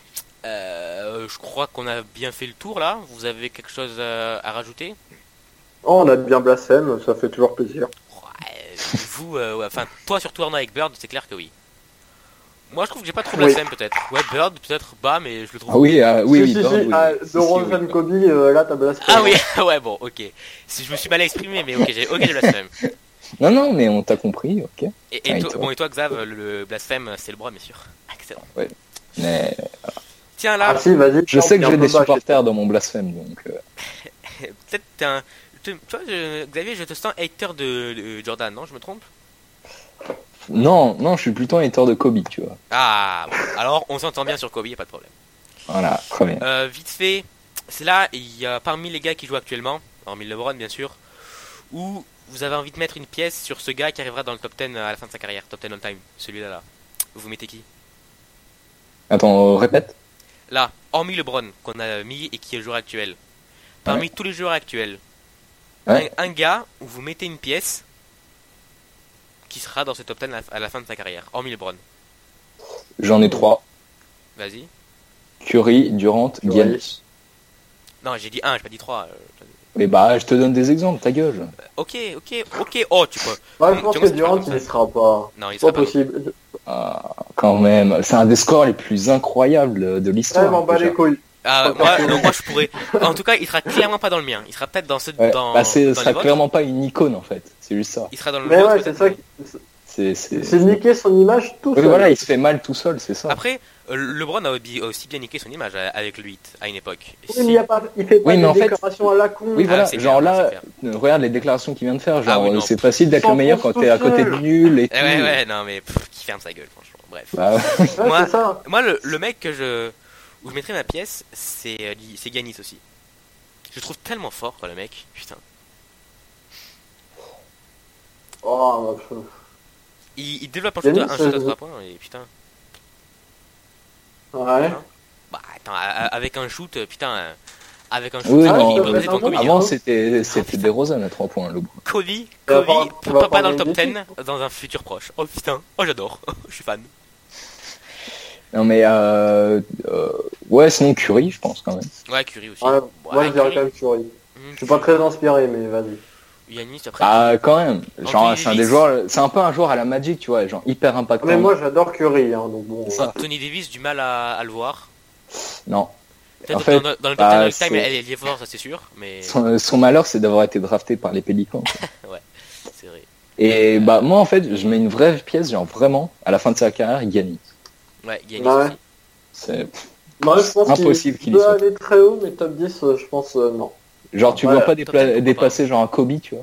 Je crois qu'on a bien fait le tour là. Vous avez quelque chose à rajouter? Oh, on a bien blasphème, ça fait toujours plaisir. Ouais, vous, ouais, enfin, toi surtout Arnaud avec Bird, c'est clair que oui. Moi je trouve que j'ai pas trop Oui. blasphème peut-être. Ouais, Bird peut-être bas, mais je le trouve. Ah oui, oui, Si, oui, si, Bird, si, oui. ah, Si, de si, Rosen oui. Kobe, là t'as blasphème. Ah oui, ouais, bon, ok. Si je me suis mal exprimé, mais ok, j'ai blasphème. Non, mais on t'a compris, ok. Et Ah, et toi, toi bon, et toi, Xav, le blasphème, c'est le bras, bien sûr. Excellent. Mais Tiens, là, Ah si, vas-y. je sais que un j'ai peu des bas, supporters dans mon blasphème, donc... peut-être t'es un. Toi, Xavier, je te sens hater de Jordan, non? Je me trompe? Non, je suis plutôt un hater de Kobe, tu vois. Ah, bon. Alors on s'entend bien sur Kobe, y a pas de problème. Voilà, très bien. Vite fait, c'est là, il y a parmi les gars qui jouent actuellement, hormis LeBron bien sûr, où vous avez envie de mettre une pièce sur ce gars qui arrivera dans le top 10 à la fin de sa carrière, top 10 all time, celui-là là. Vous mettez qui? Attends, répète. Là, hormis LeBron qu'on a mis et qui est le joueur actuel. Parmi tous les joueurs actuels, Ouais. un gars où vous mettez une pièce qui sera dans ce top 10 à la fin de sa carrière, hormis LeBron. J'en ai 3. Vas-y. Curry, Durant, Curry. Giannis. Non, j'ai dit 1, j'ai pas dit 3. Mais bah, je te donne des exemples, ta gueule. Ok. Oh, tu peux. Ouais, je pense Tu que vois, c'est Durant, pas comme il ne ça. sera pas. Non, il Pas sera pas. possible. Ah, quand même. C'est un des scores les plus incroyables de l'histoire. Ouais, m'en bats déjà. les couilles. Ah, moi je pourrais. En tout cas, il sera clairement pas dans le mien. Il sera peut-être dans ce. Ouais, Dans, bah, dans ce les sera vôtres. clairement pas une icône, en fait. C'est juste ça. Il sera dans le Mais vôtre, ouais, c'est peut-être. ça. C'est... C'est niquer son image tout Oui, seul. voilà, il se fait mal tout seul, c'est ça. Après, LeBron a aussi bien niqué son image avec le 8 à une époque. Oui, mais il fait pas Oui, mais des en fait- déclaration à la con. Oui, voilà, c'est genre clair, là, c'est clair. regarde les déclarations qu'il vient de faire. Genre, Ah oui, non. c'est facile d'être le meilleur quand t'es à côté de nul et tout. Ouais, non, mais qui ferme sa gueule, franchement. Bref. Bah, Ouais, Moi- c'est ça. Moi, le mec où je mettrais ma pièce, c'est Giannis aussi. Je le trouve tellement fort, quoi, le mec. Putain. Oh, bah, Il développe un Giannis, shoot à 3 points et putain. ouais. Bah attends, avec un shoot, putain. Avec un shoot, oui, il non, peut mais passer devant Kobe. avant hein. c'était putain. des Rosen à 3 points, le bout. Kobe, Il va pourquoi pas avoir dans le top des 10 dans un futur proche. Oh putain, oh j'adore, je suis fan. Non, mais ouais, sinon Curry, je pense quand même. Ouais, Curry aussi. Ouais, moi, je dirais Curry. quand même Curry. Hmm, Je suis pas très inspiré, mais vas-y. Yannis après. Ah, quand même. Genre, Anthony c'est un des Davis. joueurs, c'est un peu un joueur à la Magic, tu vois, genre hyper impactant. Mais moi, j'adore Curry, hein, donc bon. Ça. Tony Davis, du mal à le voir. Non. Peut-être En fait, dans le top 10 bah, all time, c'est- elle est forte, ça c'est sûr. Mais Son malheur, c'est d'avoir été drafté par les Pélicans. c'est vrai. Et bah, moi, en fait, je mets une vraie pièce, genre vraiment, à la fin de sa carrière, Giannis. Ouais, Yannis Ouais. aussi. C'est Moi, je pense impossible qu'il qu'il y peut soit. aller très haut, mais top 10, je pense non. Genre, tu Ouais, vois pas top 10, pourquoi dépasser genre un Kobe, tu vois.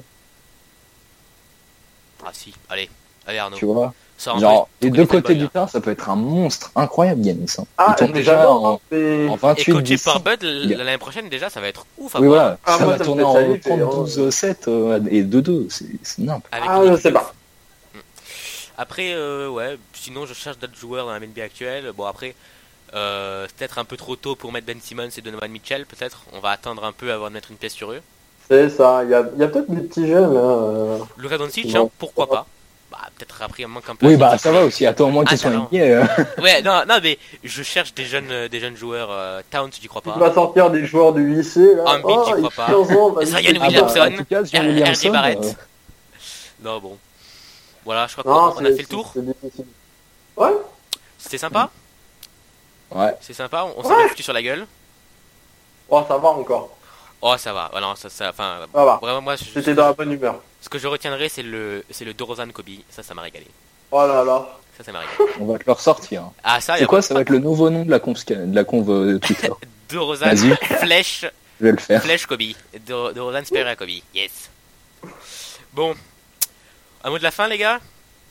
Ah si, allez Arnaud. Tu vois. Sors un Genre, peu les ton deux côté côtés fanboy, du là. terrain, ça peut être un monstre incroyable, Giannis. Hein. Ah, Il tombe déjà j'adore, en mais... 28 Et coaché 10. par Bud l'année prochaine déjà, ça va être ouf à Oui, voir. voilà. Ah, ça moi, va ça me tourner fait en salir, 30-12-7 et 2-2. C'est nimp. Avec Ah, une je équipe sais de pas. ouf. Après, ouais, sinon je cherche d'autres joueurs dans la NBA actuelle. Bon, après, c'est peut-être un peu trop tôt pour mettre Ben Simmons et Donovan Mitchell, peut-être. On va attendre un peu avant de mettre une pièce sur eux. C'est ça, il y a peut-être des petits jeunes. Hein, Luka Doncic, Non. hein, pourquoi pas. Bah, peut-être après, il manque un peu. Oui, à bah cette ça équipe, va mais- aussi. Attends, au moins Ah, qu'ils soient talent. NBA. Ouais, non, mais je cherche des jeunes joueurs. Towns, j'y crois Tu pas. vas sortir des joueurs du lycée, là. Embiid, j'y il crois fait pas. 15 ans, vas-y, Zion c'est- Williamson. En tout cas, Zion R.J. Williamson, Barrett. Non, bon. Voilà, je crois Non, qu'on a fait le tour. c'est difficile. Ouais, C'était sympa. Ouais. C'est sympa, on s'est Ouais. bien foutu sur la gueule. oh, ça va encore. Oh, ça va. Voilà, enfin, Ça va. vraiment, moi, J'étais dans la bonne humeur. ce que je retiendrai, c'est le DeRozan Kobe. Ça m'a régalé. Oh là là. Ça m'a régalé. On va te le ressortir. Ah, ça, C'est quoi, ça va être le nouveau nom de la conve Twitter. DeRozan Vas-y. Flèche Je vais le faire. Kobe. DeRozan Spare à Kobe. Yes. Bon. Un mot de la fin, les gars.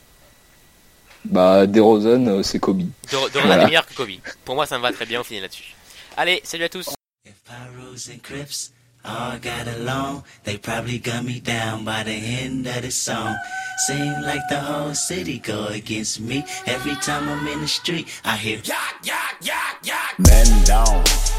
Bah, DeRozan, c'est Kobe. DeRozan Voilà. est meilleur que Kobe. Pour moi, ça me va très bien. On finit là-dessus. Allez, salut à tous. If Pyros and Crips all got along, they probably gun me down by the end of the song. Seem like the whole city go against me. Every time I'm in the street, I hear Men down.